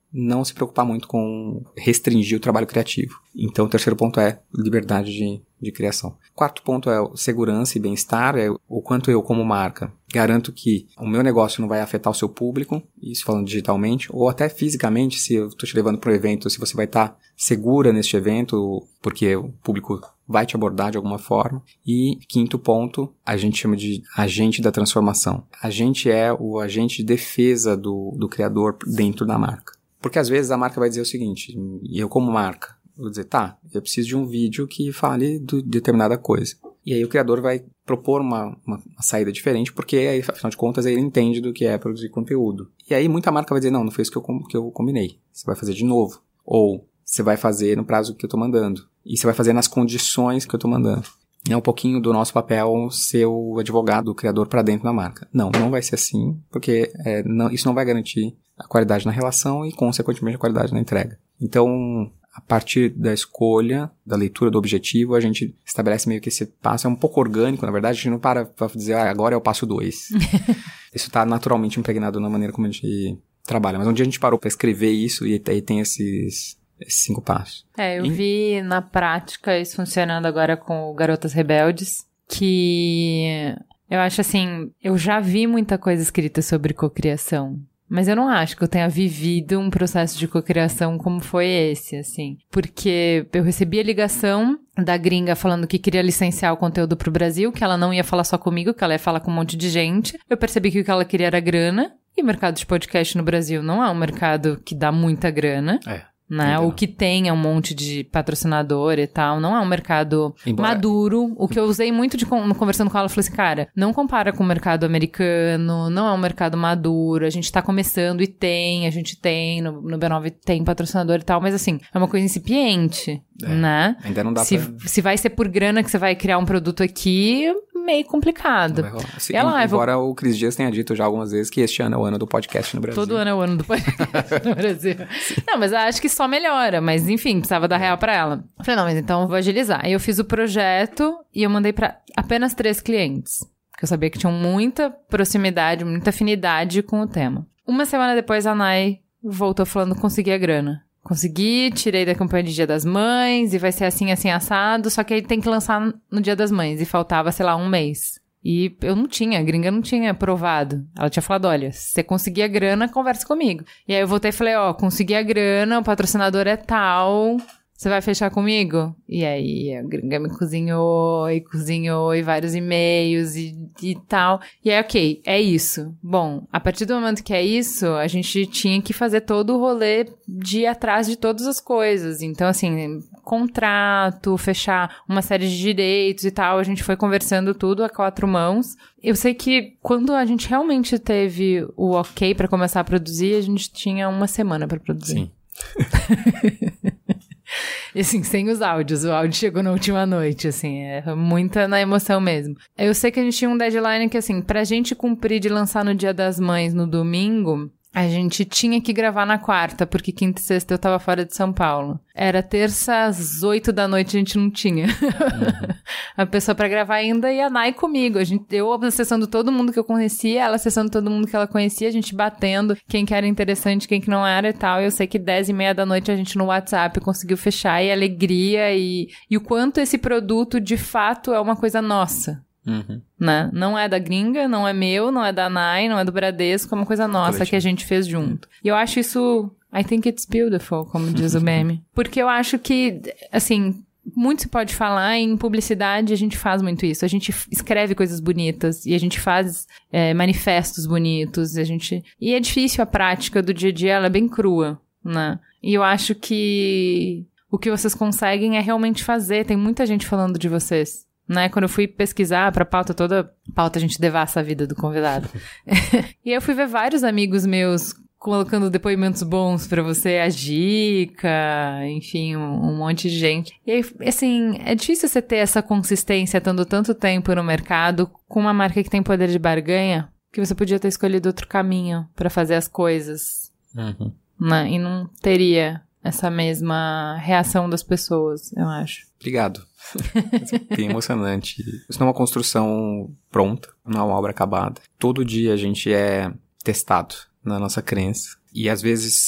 não se preocupar muito com restringir o trabalho criativo. Então, o terceiro ponto é liberdade de, de criação. Quarto ponto é segurança e bem-estar, é o quanto eu, como marca, garanto que o meu negócio não vai afetar o seu público, isso falando digitalmente, ou até fisicamente, se eu estou te levando para um evento, se você vai estar segura neste evento, porque o público vai te abordar de alguma forma. E quinto ponto, a gente chama de agente da transformação. A gente é o agente de defesa do, do criador dentro da marca. Porque às vezes a marca vai dizer o seguinte, e eu como marca, vou dizer, tá, eu preciso de um vídeo que fale de determinada coisa. E aí o criador vai propor uma, uma, uma saída diferente, porque aí, afinal de contas ele entende do que é produzir conteúdo. E aí muita marca vai dizer, não, não foi isso que eu, que eu combinei. Você vai fazer de novo. Ou você vai fazer no prazo que eu tô mandando. E você vai fazer nas condições que eu tô mandando. É um pouquinho do nosso papel ser o advogado do criador para dentro da marca. Não, não vai ser assim, porque é, não, isso não vai garantir a qualidade na relação e, consequentemente, a qualidade na entrega. Então, a partir da escolha, da leitura do objetivo, a gente estabelece meio que esse passo. É um pouco orgânico, na verdade, a gente não para para dizer, ah, agora é o passo dois. Isso está naturalmente impregnado na maneira como a gente trabalha. Mas um dia a gente parou para escrever isso e aí tem esses... esses cinco passos. É, eu e... vi na prática isso funcionando agora com o Garotas Rebeldes, que eu acho assim, eu já vi muita coisa escrita sobre cocriação, mas eu não acho que eu tenha vivido um processo de cocriação como foi esse, assim, porque eu recebi a ligação da gringa falando que queria licenciar o conteúdo pro Brasil, que ela não ia falar só comigo, que ela ia falar com um monte de gente. Eu percebi que o que ela queria era grana, e o mercado de podcast no Brasil não é um mercado que dá muita grana. É. Né? O que tem é um monte de patrocinador e tal, não é um mercado Embora... maduro. O que eu usei muito de conversando com ela, eu falei assim, cara, não compara com o mercado americano, não é um mercado maduro, a gente tá começando e tem, a gente tem, no, no B nove tem patrocinador e tal, mas assim, é uma coisa incipiente, é, né? Ainda não dá se, pra... Se vai ser por grana que você vai criar um produto aqui... meio complicado. Assim, ela, embora vou... o Cris Dias tenha dito já algumas vezes que este ano é o ano do podcast no Brasil. Todo ano é o ano do podcast no Brasil. Não, mas eu acho que só melhora. Mas enfim, precisava dar real pra ela. Eu falei, não, mas então eu vou agilizar. Aí eu fiz o projeto e eu mandei pra apenas três clientes. Porque eu sabia que tinham muita proximidade, muita afinidade com o tema. Uma semana depois a Nai voltou falando que conseguia grana. Consegui, tirei da campanha de Dia das Mães, e vai ser assim, assim, assado, só que aí tem que lançar no Dia das Mães, e faltava, sei lá, um mês. E eu não tinha, a gringa não tinha aprovado. Ela tinha falado, olha, se você conseguir a grana, conversa comigo. E aí eu voltei e falei, ó, consegui a grana, o patrocinador é tal... Você vai fechar comigo? E aí a gringa me cozinhou e cozinhou e vários e-mails e, e tal. E aí, ok, é isso. Bom, a partir do momento que é isso, a gente tinha que fazer todo o rolê de ir atrás de todas as coisas. Então, assim, contrato, fechar uma série de direitos e tal. A gente foi conversando tudo a quatro mãos. Eu sei que quando a gente realmente teve o ok pra começar a produzir, a gente tinha uma semana pra produzir. Sim. E assim, sem os áudios, o áudio chegou na última noite, assim, é muita na emoção mesmo. Eu sei que a gente tinha um deadline que, assim, pra gente cumprir de lançar no Dia das Mães no domingo, a gente tinha que gravar na quarta, porque quinta e sexta eu tava fora de São Paulo. Era terça às oito da noite, a gente não tinha. Uhum. A pessoa pra gravar ainda e a Nai comigo. A gente, eu acessando todo mundo que eu conhecia, ela acessando todo mundo que ela conhecia, a gente batendo quem que era interessante, quem que não era e tal. Eu sei que dez e meia da noite a gente no WhatsApp conseguiu fechar, e alegria e, e o quanto esse produto de fato é uma coisa nossa. Uhum. Né? Não é da gringa, não é meu, não é da Nai, não é do Bradesco, é uma coisa nossa Coletivo. Que a gente fez junto. E eu acho isso... I think it's beautiful, como diz o meme. Porque eu acho que, assim... Muito se pode falar, em publicidade a gente faz muito isso. A gente escreve coisas bonitas e a gente faz é, manifestos bonitos. E, a gente... e é difícil a prática do dia a dia, ela é bem crua, né? E eu acho que o que vocês conseguem é realmente fazer. Tem muita gente falando de vocês. Né? Quando eu fui pesquisar pra pauta toda, pauta a gente devassa a vida do convidado. E aí eu fui ver vários amigos meus colocando depoimentos bons pra você, a Gica, enfim, um, um monte de gente. E aí, assim, é difícil você ter essa consistência estando tanto tempo no mercado com uma marca que tem poder de barganha, que você podia ter escolhido outro caminho pra fazer as coisas. Uhum. Né? E não teria essa mesma reação das pessoas, eu acho. Obrigado. Que emocionante. Isso não é uma construção pronta, não é uma obra acabada. Todo dia a gente é testado na nossa crença. E às vezes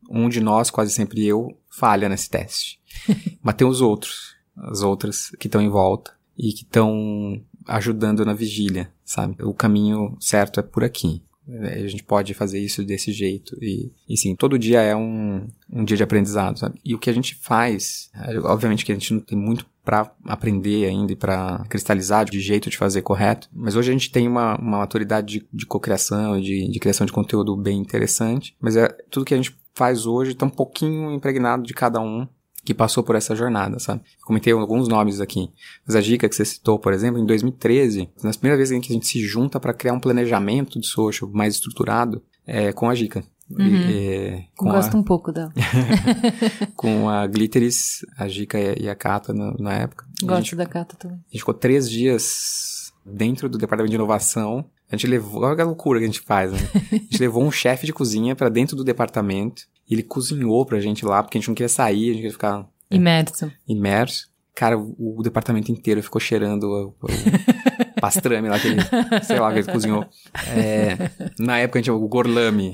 um de nós, quase sempre eu, falha nesse teste. Mas tem os outros, as outras que estão em volta e que estão ajudando na vigília, sabe? O caminho certo é por aqui. A gente pode fazer isso desse jeito. E, e sim, todo dia é um, um dia de aprendizado, sabe? E o que a gente faz, obviamente que a gente não tem muito pra aprender ainda e pra cristalizar de jeito de fazer correto, mas hoje a gente tem uma, uma maturidade de, de cocriação e de, de criação de conteúdo bem interessante, mas é, tudo que a gente faz hoje tá um pouquinho impregnado de cada um que passou por essa jornada, sabe? Eu comentei alguns nomes aqui, mas a dica que você citou, por exemplo, em dois mil e treze, nas primeiras vezes em que a gente se junta para criar um planejamento de social mais estruturado, é com a Gica. Uhum. E, com Gosto a... um pouco dela. com a Glitteris, a Gica e a Cata na, na época. Gosto gente, da Cata também. A gente ficou três dias dentro do departamento de inovação. A gente levou... Olha a loucura que a gente faz, né? A gente levou um chefe de cozinha para dentro do departamento. Ele cozinhou pra gente lá, porque a gente não queria sair, a gente queria ficar... Imerso. É, imerso. Cara, o, o departamento inteiro ficou cheirando o, o pastrame lá, que ele, sei lá, que ele cozinhou. É, na época a gente tinha o gorlame.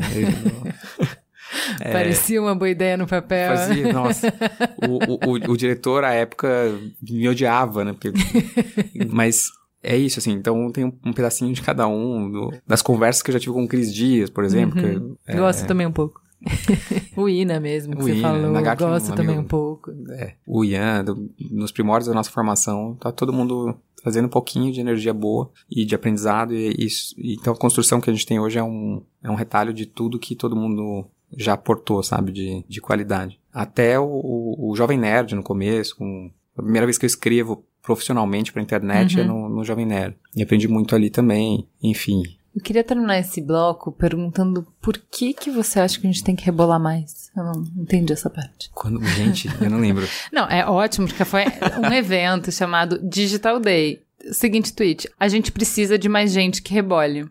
É, parecia uma boa ideia no papel. Fazia, nossa. O, o, o, o diretor, à época, me odiava, né? Porque, mas... É isso, assim, então tem um, um pedacinho de cada um, do, das conversas que eu já tive com o Cris Dias, por exemplo. Uhum. Que, é, Gosto também um pouco. O Ina mesmo, que o você Ina, falou, Nagaki, gosto um também amigo, um pouco. É, o Ian, do, nos primórdios da nossa formação, tá todo mundo trazendo um pouquinho de energia boa e de aprendizado, e isso. Então a construção que a gente tem hoje é um, é um retalho de tudo que todo mundo já aportou, sabe, de, de qualidade. Até o, o, o Jovem Nerd no começo, com a primeira vez que eu escrevo profissionalmente pra internet, uhum, é no, no Jovem Nerd. E aprendi muito ali também, enfim. Eu queria terminar esse bloco perguntando por que que você acha que a gente tem que rebolar mais? Eu não entendi essa parte. Quando, gente, eu não lembro. Não, é ótimo, porque foi um evento chamado Digital Day. Seguinte tweet, a gente precisa de mais gente que rebole.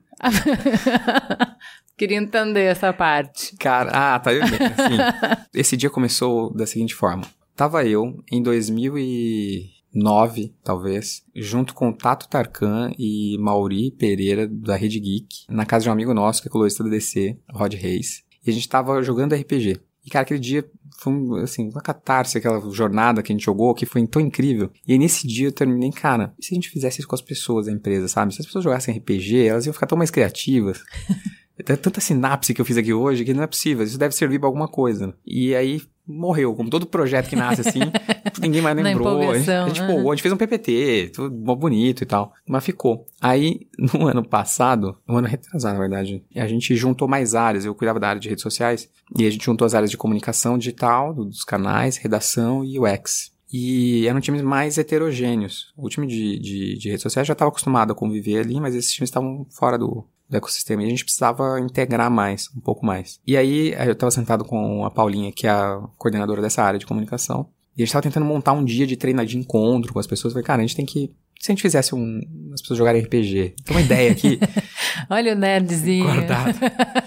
Queria entender essa parte. Cara, ah, tá. Assim, esse dia começou da seguinte forma. Tava eu, em dois mil e nove, talvez, junto com o Tato Tarkan e Mauri Pereira, da Rede Geek, na casa de um amigo nosso, que é colorista do D C, Rod Reis, e a gente tava jogando R P G. E, cara, aquele dia foi, um, assim, uma catarse, aquela jornada que a gente jogou, que foi tão incrível. E aí, nesse dia, eu terminei, cara, e se a gente fizesse isso com as pessoas da empresa, sabe? Se as pessoas jogassem R P G, elas iam ficar tão mais criativas. Tem tanta sinapse que eu fiz aqui hoje que não é possível. Isso deve servir pra alguma coisa. E aí, morreu. Como todo projeto que nasce assim, ninguém mais lembrou. A gente, a gente, pô, a gente fez um P P T, tudo bonito e tal. Mas ficou. Aí, no ano passado, no ano retrasado, na verdade, a gente juntou mais áreas. Eu cuidava da área de redes sociais. E a gente juntou as áreas de comunicação digital, dos canais, redação e U X. E eram times mais heterogêneos. O time de, de, de redes sociais já estava acostumado a conviver ali, mas esses times estavam fora do... do ecossistema, e a gente precisava integrar mais, um pouco mais. E aí, eu estava sentado com a Paulinha, que é a coordenadora dessa área de comunicação, e a gente estava tentando montar um dia de treino, de encontro com as pessoas. Eu falei, cara, a gente tem que... Se a gente fizesse um... as pessoas jogarem R P G, tem uma ideia aqui. Olha o nerdzinho. Guardado.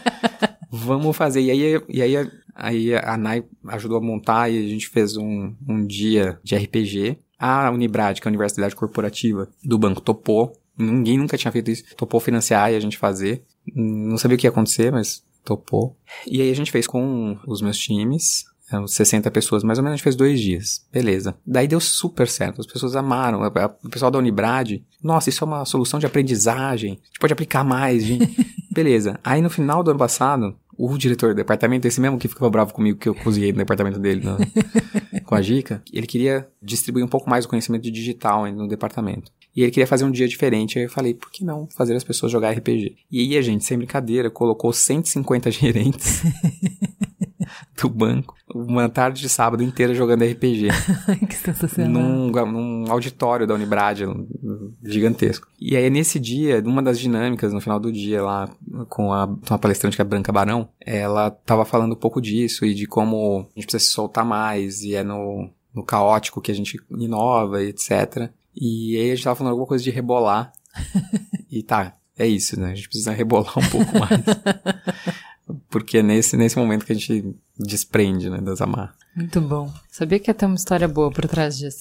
Vamos fazer. E aí, e aí, aí a Nai ajudou a montar, e a gente fez um, um dia de R P G. A Unibrad, que é a Universidade Corporativa do banco, topou. Ninguém nunca tinha feito isso. Topou financiar e a gente fazer. Não sabia o que ia acontecer, mas topou. E aí a gente fez com os meus times, sessenta pessoas, mais ou menos, a gente fez dois dias. Beleza. Daí deu super certo. As pessoas amaram. O pessoal da Unibrad, nossa, isso é uma solução de aprendizagem. A gente pode aplicar mais, gente. Beleza. Aí no final do ano passado, o diretor do departamento, esse mesmo que ficava bravo comigo que eu cozinhei no departamento dele, no, com a Gica, ele queria distribuir um pouco mais o conhecimento de digital no departamento. E ele queria fazer um dia diferente. Aí eu falei, por que não fazer as pessoas jogar R P G? E aí a gente, sem brincadeira, colocou cento e cinquenta gerentes do banco uma tarde de sábado inteira jogando R P G. Que sensacional. Num, num auditório da Unibrad, gigantesco. E aí nesse dia, uma das dinâmicas no final do dia lá, com a uma palestrante que é a Branca Barão, ela tava falando um pouco disso e de como a gente precisa se soltar mais, e é no, no caótico que a gente inova, e etcétera. E aí a gente tava falando alguma coisa de rebolar. E tá, é isso, né? A gente precisa rebolar um pouco mais. porque é nesse, nesse momento que a gente desprende, né, das amarras. Muito bom. Sabia que ia ter uma história boa por trás disso.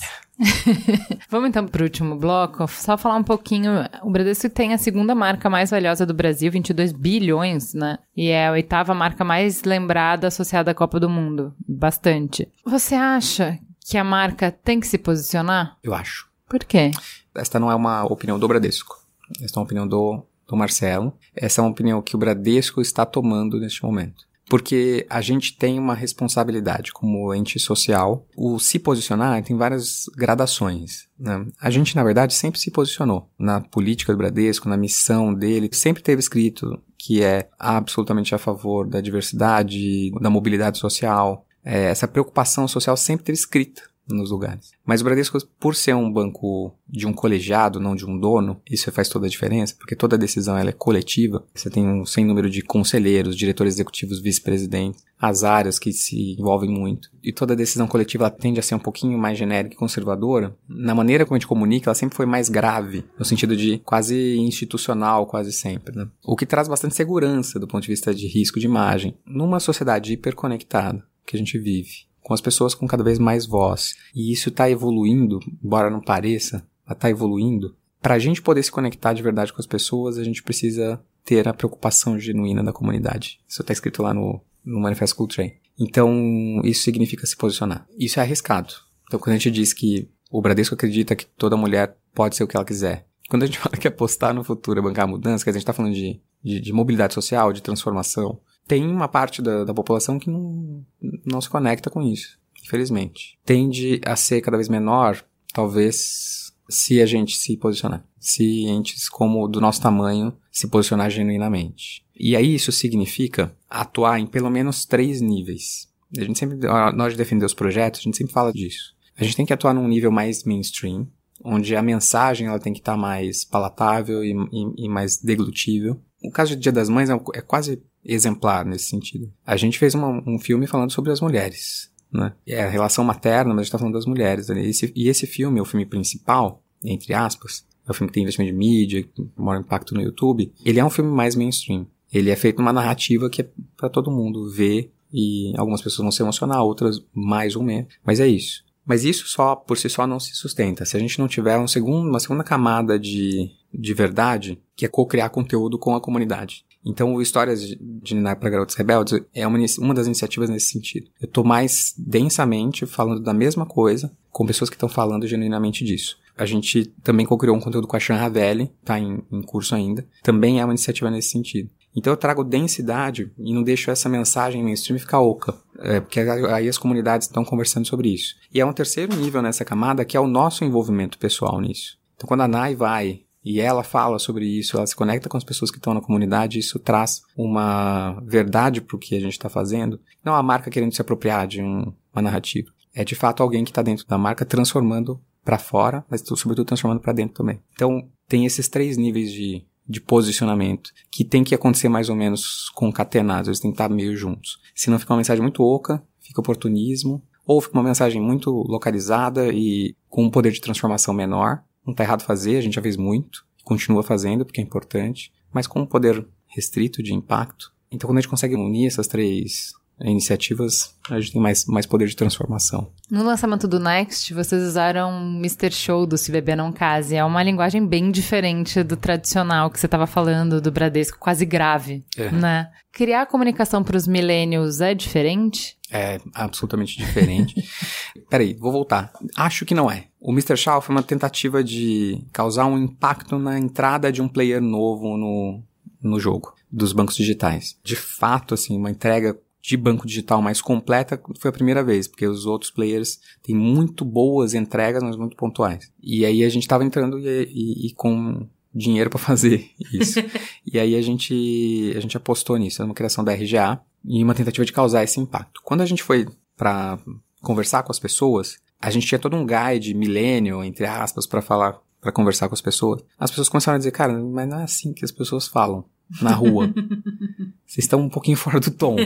Vamos então pro último bloco, só falar um pouquinho. O Bradesco tem a segunda marca mais valiosa do Brasil, vinte e dois bilhões, né? E é a oitava marca mais lembrada associada à Copa do Mundo. Bastante. Você acha que a marca tem que se posicionar? Eu acho. Por quê? Esta não é uma opinião do Bradesco. Esta é uma opinião do, do Marcelo. Essa é uma opinião que o Bradesco está tomando neste momento. Porque a gente tem uma responsabilidade como ente social. O se posicionar tem várias gradações, né? A gente, na verdade, sempre se posicionou na política do Bradesco, na missão dele. Sempre teve escrito que é absolutamente a favor da diversidade, da mobilidade social. É, essa preocupação social sempre teve escrita nos lugares. Mas o Bradesco, por ser um banco de um colegiado, não de um dono, isso faz toda a diferença, porque toda decisão ela é coletiva. Você tem um sem número de conselheiros, diretores executivos, vice-presidentes, as áreas que se envolvem muito. E toda decisão coletiva ela tende a ser um pouquinho mais genérica e conservadora. Na maneira como a gente comunica, ela sempre foi mais grave, no sentido de quase institucional, quase sempre, né? O que traz bastante segurança do ponto de vista de risco de imagem. Numa sociedade hiperconectada que a gente vive, com as pessoas com cada vez mais voz. E isso está evoluindo, embora não pareça, está evoluindo. Para a gente poder se conectar de verdade com as pessoas, a gente precisa ter a preocupação genuína da comunidade. Isso está escrito lá no, no Manifesto Cultrain. Então, isso significa se posicionar. Isso é arriscado. Então, quando a gente diz que o Bradesco acredita que toda mulher pode ser o que ela quiser, quando a gente fala que apostar no futuro é bancar a mudança, que a gente está falando de, de, de mobilidade social, de transformação, tem uma parte da, da população que não, não se conecta com isso, infelizmente. Tende a ser cada vez menor, talvez, se a gente se posicionar. Se entes como do nosso tamanho se posicionar genuinamente. E aí isso significa atuar em pelo menos três níveis. A gente sempre, na hora de defender os projetos, a gente sempre fala disso. A gente tem que atuar num nível mais mainstream, onde a mensagem ela tem que estar mais palatável e, e, e mais deglutível. O caso de Dia das Mães é, é quase exemplar nesse sentido. A gente fez uma, um filme falando sobre as mulheres, né? É a relação materna, mas a gente tá falando das mulheres. Né? Esse, e esse filme, o filme principal, entre aspas, é o filme que tem investimento de mídia, que maior impacto no YouTube. Ele é um filme mais mainstream. Ele é feito numa narrativa que é pra todo mundo ver, e algumas pessoas vão se emocionar, outras mais ou menos. Mas é isso. Mas isso só, por si só, não se sustenta. Se a gente não tiver um segundo, uma segunda camada de, de verdade, que é co-criar conteúdo com a comunidade. Então, o Histórias de Ninar para Garotas Rebeldes é uma, uma das iniciativas nesse sentido. Eu estou mais densamente falando da mesma coisa com pessoas que estão falando genuinamente disso. A gente também co-criou um conteúdo com a Shan Ravelli, está em, em curso ainda. Também é uma iniciativa nesse sentido. Então, eu trago densidade e não deixo essa mensagem mainstream ficar oca. É, porque aí as comunidades estão conversando sobre isso. E é um terceiro nível nessa camada, que é o nosso envolvimento pessoal nisso. Então, quando a Nai vai e ela fala sobre isso, ela se conecta com as pessoas que estão na comunidade, isso traz uma verdade para o que a gente está fazendo. Não a marca querendo se apropriar de um, uma narrativa. É, de fato, alguém que está dentro da marca transformando para fora, mas sobretudo transformando para dentro também. Então, tem esses três níveis de, de posicionamento que tem que acontecer mais ou menos concatenados, eles têm que estar meio juntos. Senão fica uma mensagem muito oca, fica oportunismo, ou fica uma mensagem muito localizada e com um poder de transformação menor. Não está errado fazer, a gente já fez muito, continua fazendo porque é importante, mas com um poder restrito de impacto. Então, quando a gente consegue unir essas três iniciativas, a gente tem mais, mais poder de transformação. No lançamento do Next, vocês usaram mister Show do Se Beber Não Case. É uma linguagem bem diferente do tradicional que você estava falando, do Bradesco, quase grave, é. Né? Criar comunicação para os millennials é diferente? É absolutamente diferente. Peraí, vou voltar. Acho que não é. O mister Show foi uma tentativa de causar um impacto na entrada de um player novo no, no jogo, dos bancos digitais. De fato, assim, uma entrega de banco digital mais completa foi a primeira vez, porque os outros players têm muito boas entregas, mas muito pontuais. E aí a gente estava entrando e, e, e com dinheiro para fazer isso. E aí a gente, a gente apostou nisso, numa criação da R G A e uma tentativa de causar esse impacto. Quando a gente foi para conversar com as pessoas, a gente tinha todo um guide millennial, entre aspas, para falar, para conversar com as pessoas. As pessoas começaram a dizer, cara, mas não é assim que as pessoas falam na rua. Vocês estão um pouquinho fora do tom.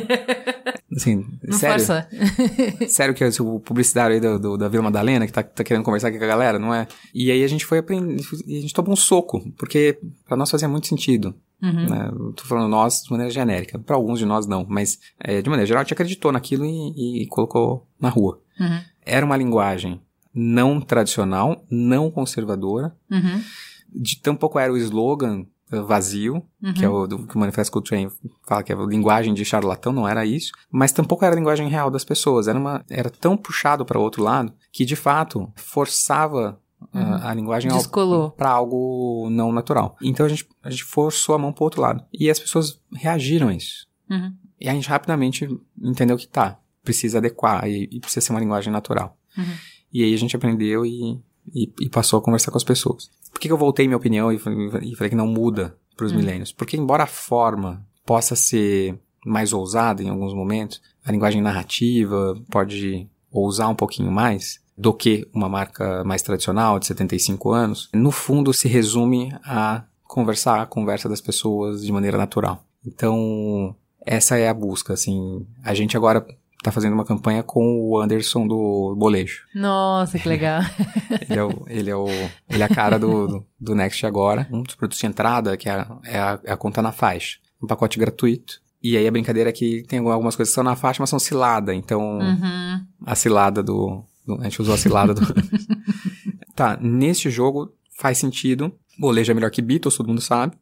Assim, não sério? Força. Sério que é o publicitário aí do, do, da Vila Madalena que tá, tá querendo conversar aqui com a galera, não é? E aí a gente foi aprender, e a gente tomou um soco, porque pra nós fazia muito sentido. Uhum. Né? Tô falando nós de maneira genérica. Para alguns de nós não, mas é, de maneira geral a gente acreditou naquilo e, e colocou na rua. Uhum. Era uma linguagem não tradicional, não conservadora. Uhum. De tampouco era o slogan vazio, uhum. que é o do, que o Manifesto Cultrain fala que é a linguagem de charlatão, não era isso, mas tampouco era a linguagem real das pessoas, era, uma, era tão puxado para o outro lado que de fato forçava uhum. a, a linguagem para algo não natural. Então a gente, a gente forçou a mão para o outro lado e as pessoas reagiram a isso. Uhum. E a gente rapidamente entendeu que tá, precisa adequar e, e precisa ser uma linguagem natural. Uhum. E aí a gente aprendeu e E, e passou a conversar com as pessoas. Por que, que eu voltei minha opinião e, e falei que não muda para os hum. milênios? Porque embora a forma possa ser mais ousada em alguns momentos, a linguagem narrativa pode ousar um pouquinho mais do que uma marca mais tradicional de setenta e cinco anos, no fundo se resume a conversar a conversa das pessoas de maneira natural. Então, essa é a busca, assim. A gente agora tá fazendo uma campanha com o Anderson do Bolejo. Nossa, que legal. ele, é o, ele, é o, ele é a cara do, do, do Next agora. Um dos produtos de entrada, que é a, é, a, é a conta na faixa. Um pacote gratuito. E aí a brincadeira é que tem algumas coisas que são na faixa, mas são cilada. Então, uhum. a cilada do, do... A gente usou a cilada do... Tá, neste jogo faz sentido. Bolejo é melhor que Beatles, todo mundo sabe.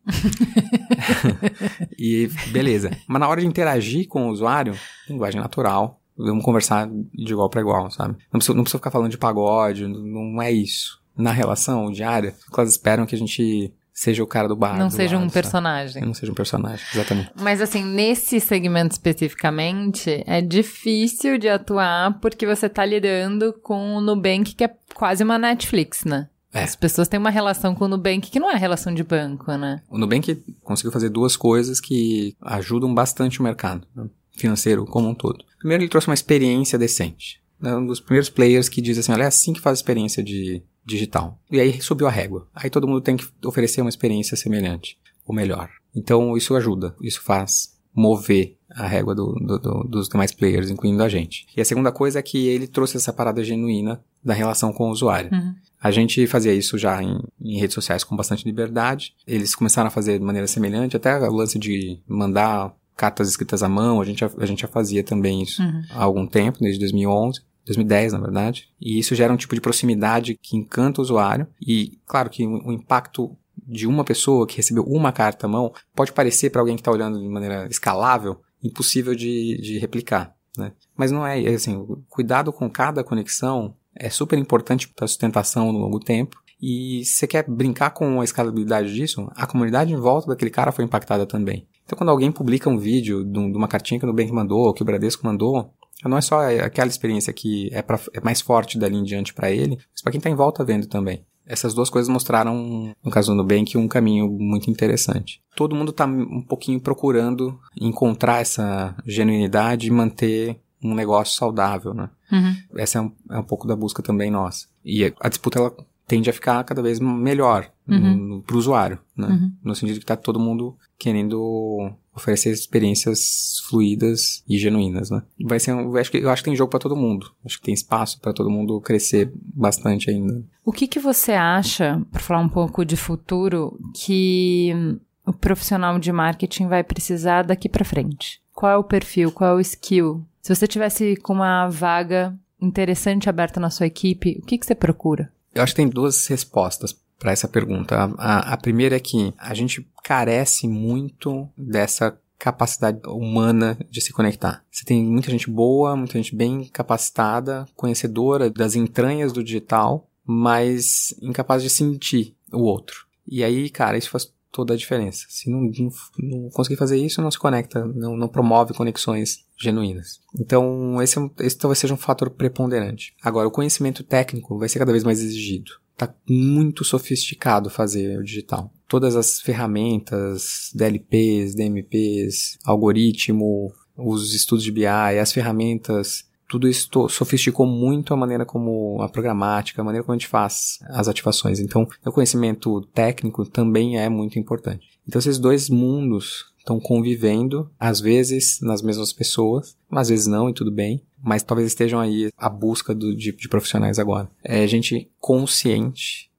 E beleza. Mas na hora de interagir com o usuário, linguagem natural, vamos conversar de igual para igual, sabe? Não precisa, não precisa ficar falando de pagode, não é isso. Na relação diária, elas esperam que a gente seja o cara do bar. Não do seja lado, um personagem. Sabe? Não seja um personagem, exatamente. Mas assim, nesse segmento especificamente, é difícil de atuar porque você tá lidando com o Nubank, que é quase uma Netflix, né? É. As pessoas têm uma relação com o Nubank que não é relação de banco, né? O Nubank conseguiu fazer duas coisas que ajudam bastante o mercado, né, financeiro como um todo. Primeiro, ele trouxe uma experiência decente. É um dos primeiros players que diz assim, olha, é assim que faz experiência de digital. E aí subiu a régua. Aí todo mundo tem que oferecer uma experiência semelhante, ou melhor. Então isso ajuda, isso faz mover a régua do, do, do, dos demais players, incluindo a gente. E a segunda coisa é que ele trouxe essa parada genuína da relação com o usuário. Uhum. A gente fazia isso já em, em redes sociais com bastante liberdade. Eles começaram a fazer de maneira semelhante, até o lance de mandar cartas escritas à mão, a gente, a, a gente já fazia também isso uhum. há algum tempo, desde dois mil e onze, dois mil e dez na verdade. E isso gera um tipo de proximidade que encanta o usuário. E claro que o, o impacto de uma pessoa que recebeu uma carta à mão pode parecer para alguém que está olhando de maneira escalável, impossível de, de replicar, né? Mas não é, assim, o cuidado com cada conexão é super importante para a sustentação no longo tempo. E se você quer brincar com a escalabilidade disso, a comunidade em volta daquele cara foi impactada também. Então, quando alguém publica um vídeo de uma cartinha que o Nubank mandou, que o Bradesco mandou, não é só aquela experiência que é, pra, é mais forte dali em diante para ele, mas para quem está em volta vendo também. Essas duas coisas mostraram, no caso do Nubank, um caminho muito interessante. Todo mundo está um pouquinho procurando encontrar essa genuinidade e manter um negócio saudável, né? Uhum. Essa é um, é um pouco da busca também nossa. E a disputa, ela tende a ficar cada vez melhor uhum. para o usuário, né? Uhum. No sentido de que está todo mundo querendo oferecer experiências fluidas e genuínas, né? Vai ser, eu acho que, eu acho que tem jogo para todo mundo. Acho que tem espaço para todo mundo crescer bastante ainda. O que que você acha, para falar um pouco de futuro, que o profissional de marketing vai precisar daqui para frente? Qual é o perfil? Qual é o skill? Se você tivesse com uma vaga interessante aberta na sua equipe, o que que você procura? Eu acho que tem duas respostas para essa pergunta. A, a, a primeira é que a gente carece muito dessa capacidade humana de se conectar. Você tem muita gente boa, muita gente bem capacitada, conhecedora das entranhas do digital, mas incapaz de sentir o outro. E aí, cara, isso faz toda a diferença. Se não, não, não conseguir fazer isso, não se conecta, não, não promove conexões genuínas. Então, esse, esse talvez seja um fator preponderante. Agora, o conhecimento técnico vai ser cada vez mais exigido. Está muito sofisticado fazer o digital. Todas as ferramentas, D L Ps, D M Ps, algoritmo, os estudos de B I, as ferramentas, tudo isso sofisticou muito a maneira como a programática, a maneira como a gente faz as ativações. Então, o conhecimento técnico também é muito importante. Então, esses dois mundos estão convivendo, às vezes nas mesmas pessoas, mas às vezes não, e tudo bem. Mas talvez estejam aí a busca do, de, de profissionais agora. É gente consciente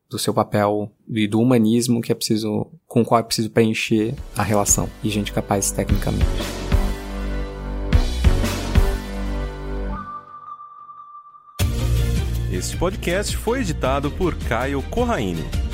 do seu papel e do humanismo que é preciso, com o qual é preciso preencher a relação. E gente capaz tecnicamente. Este podcast foi editado por Caio Corraini.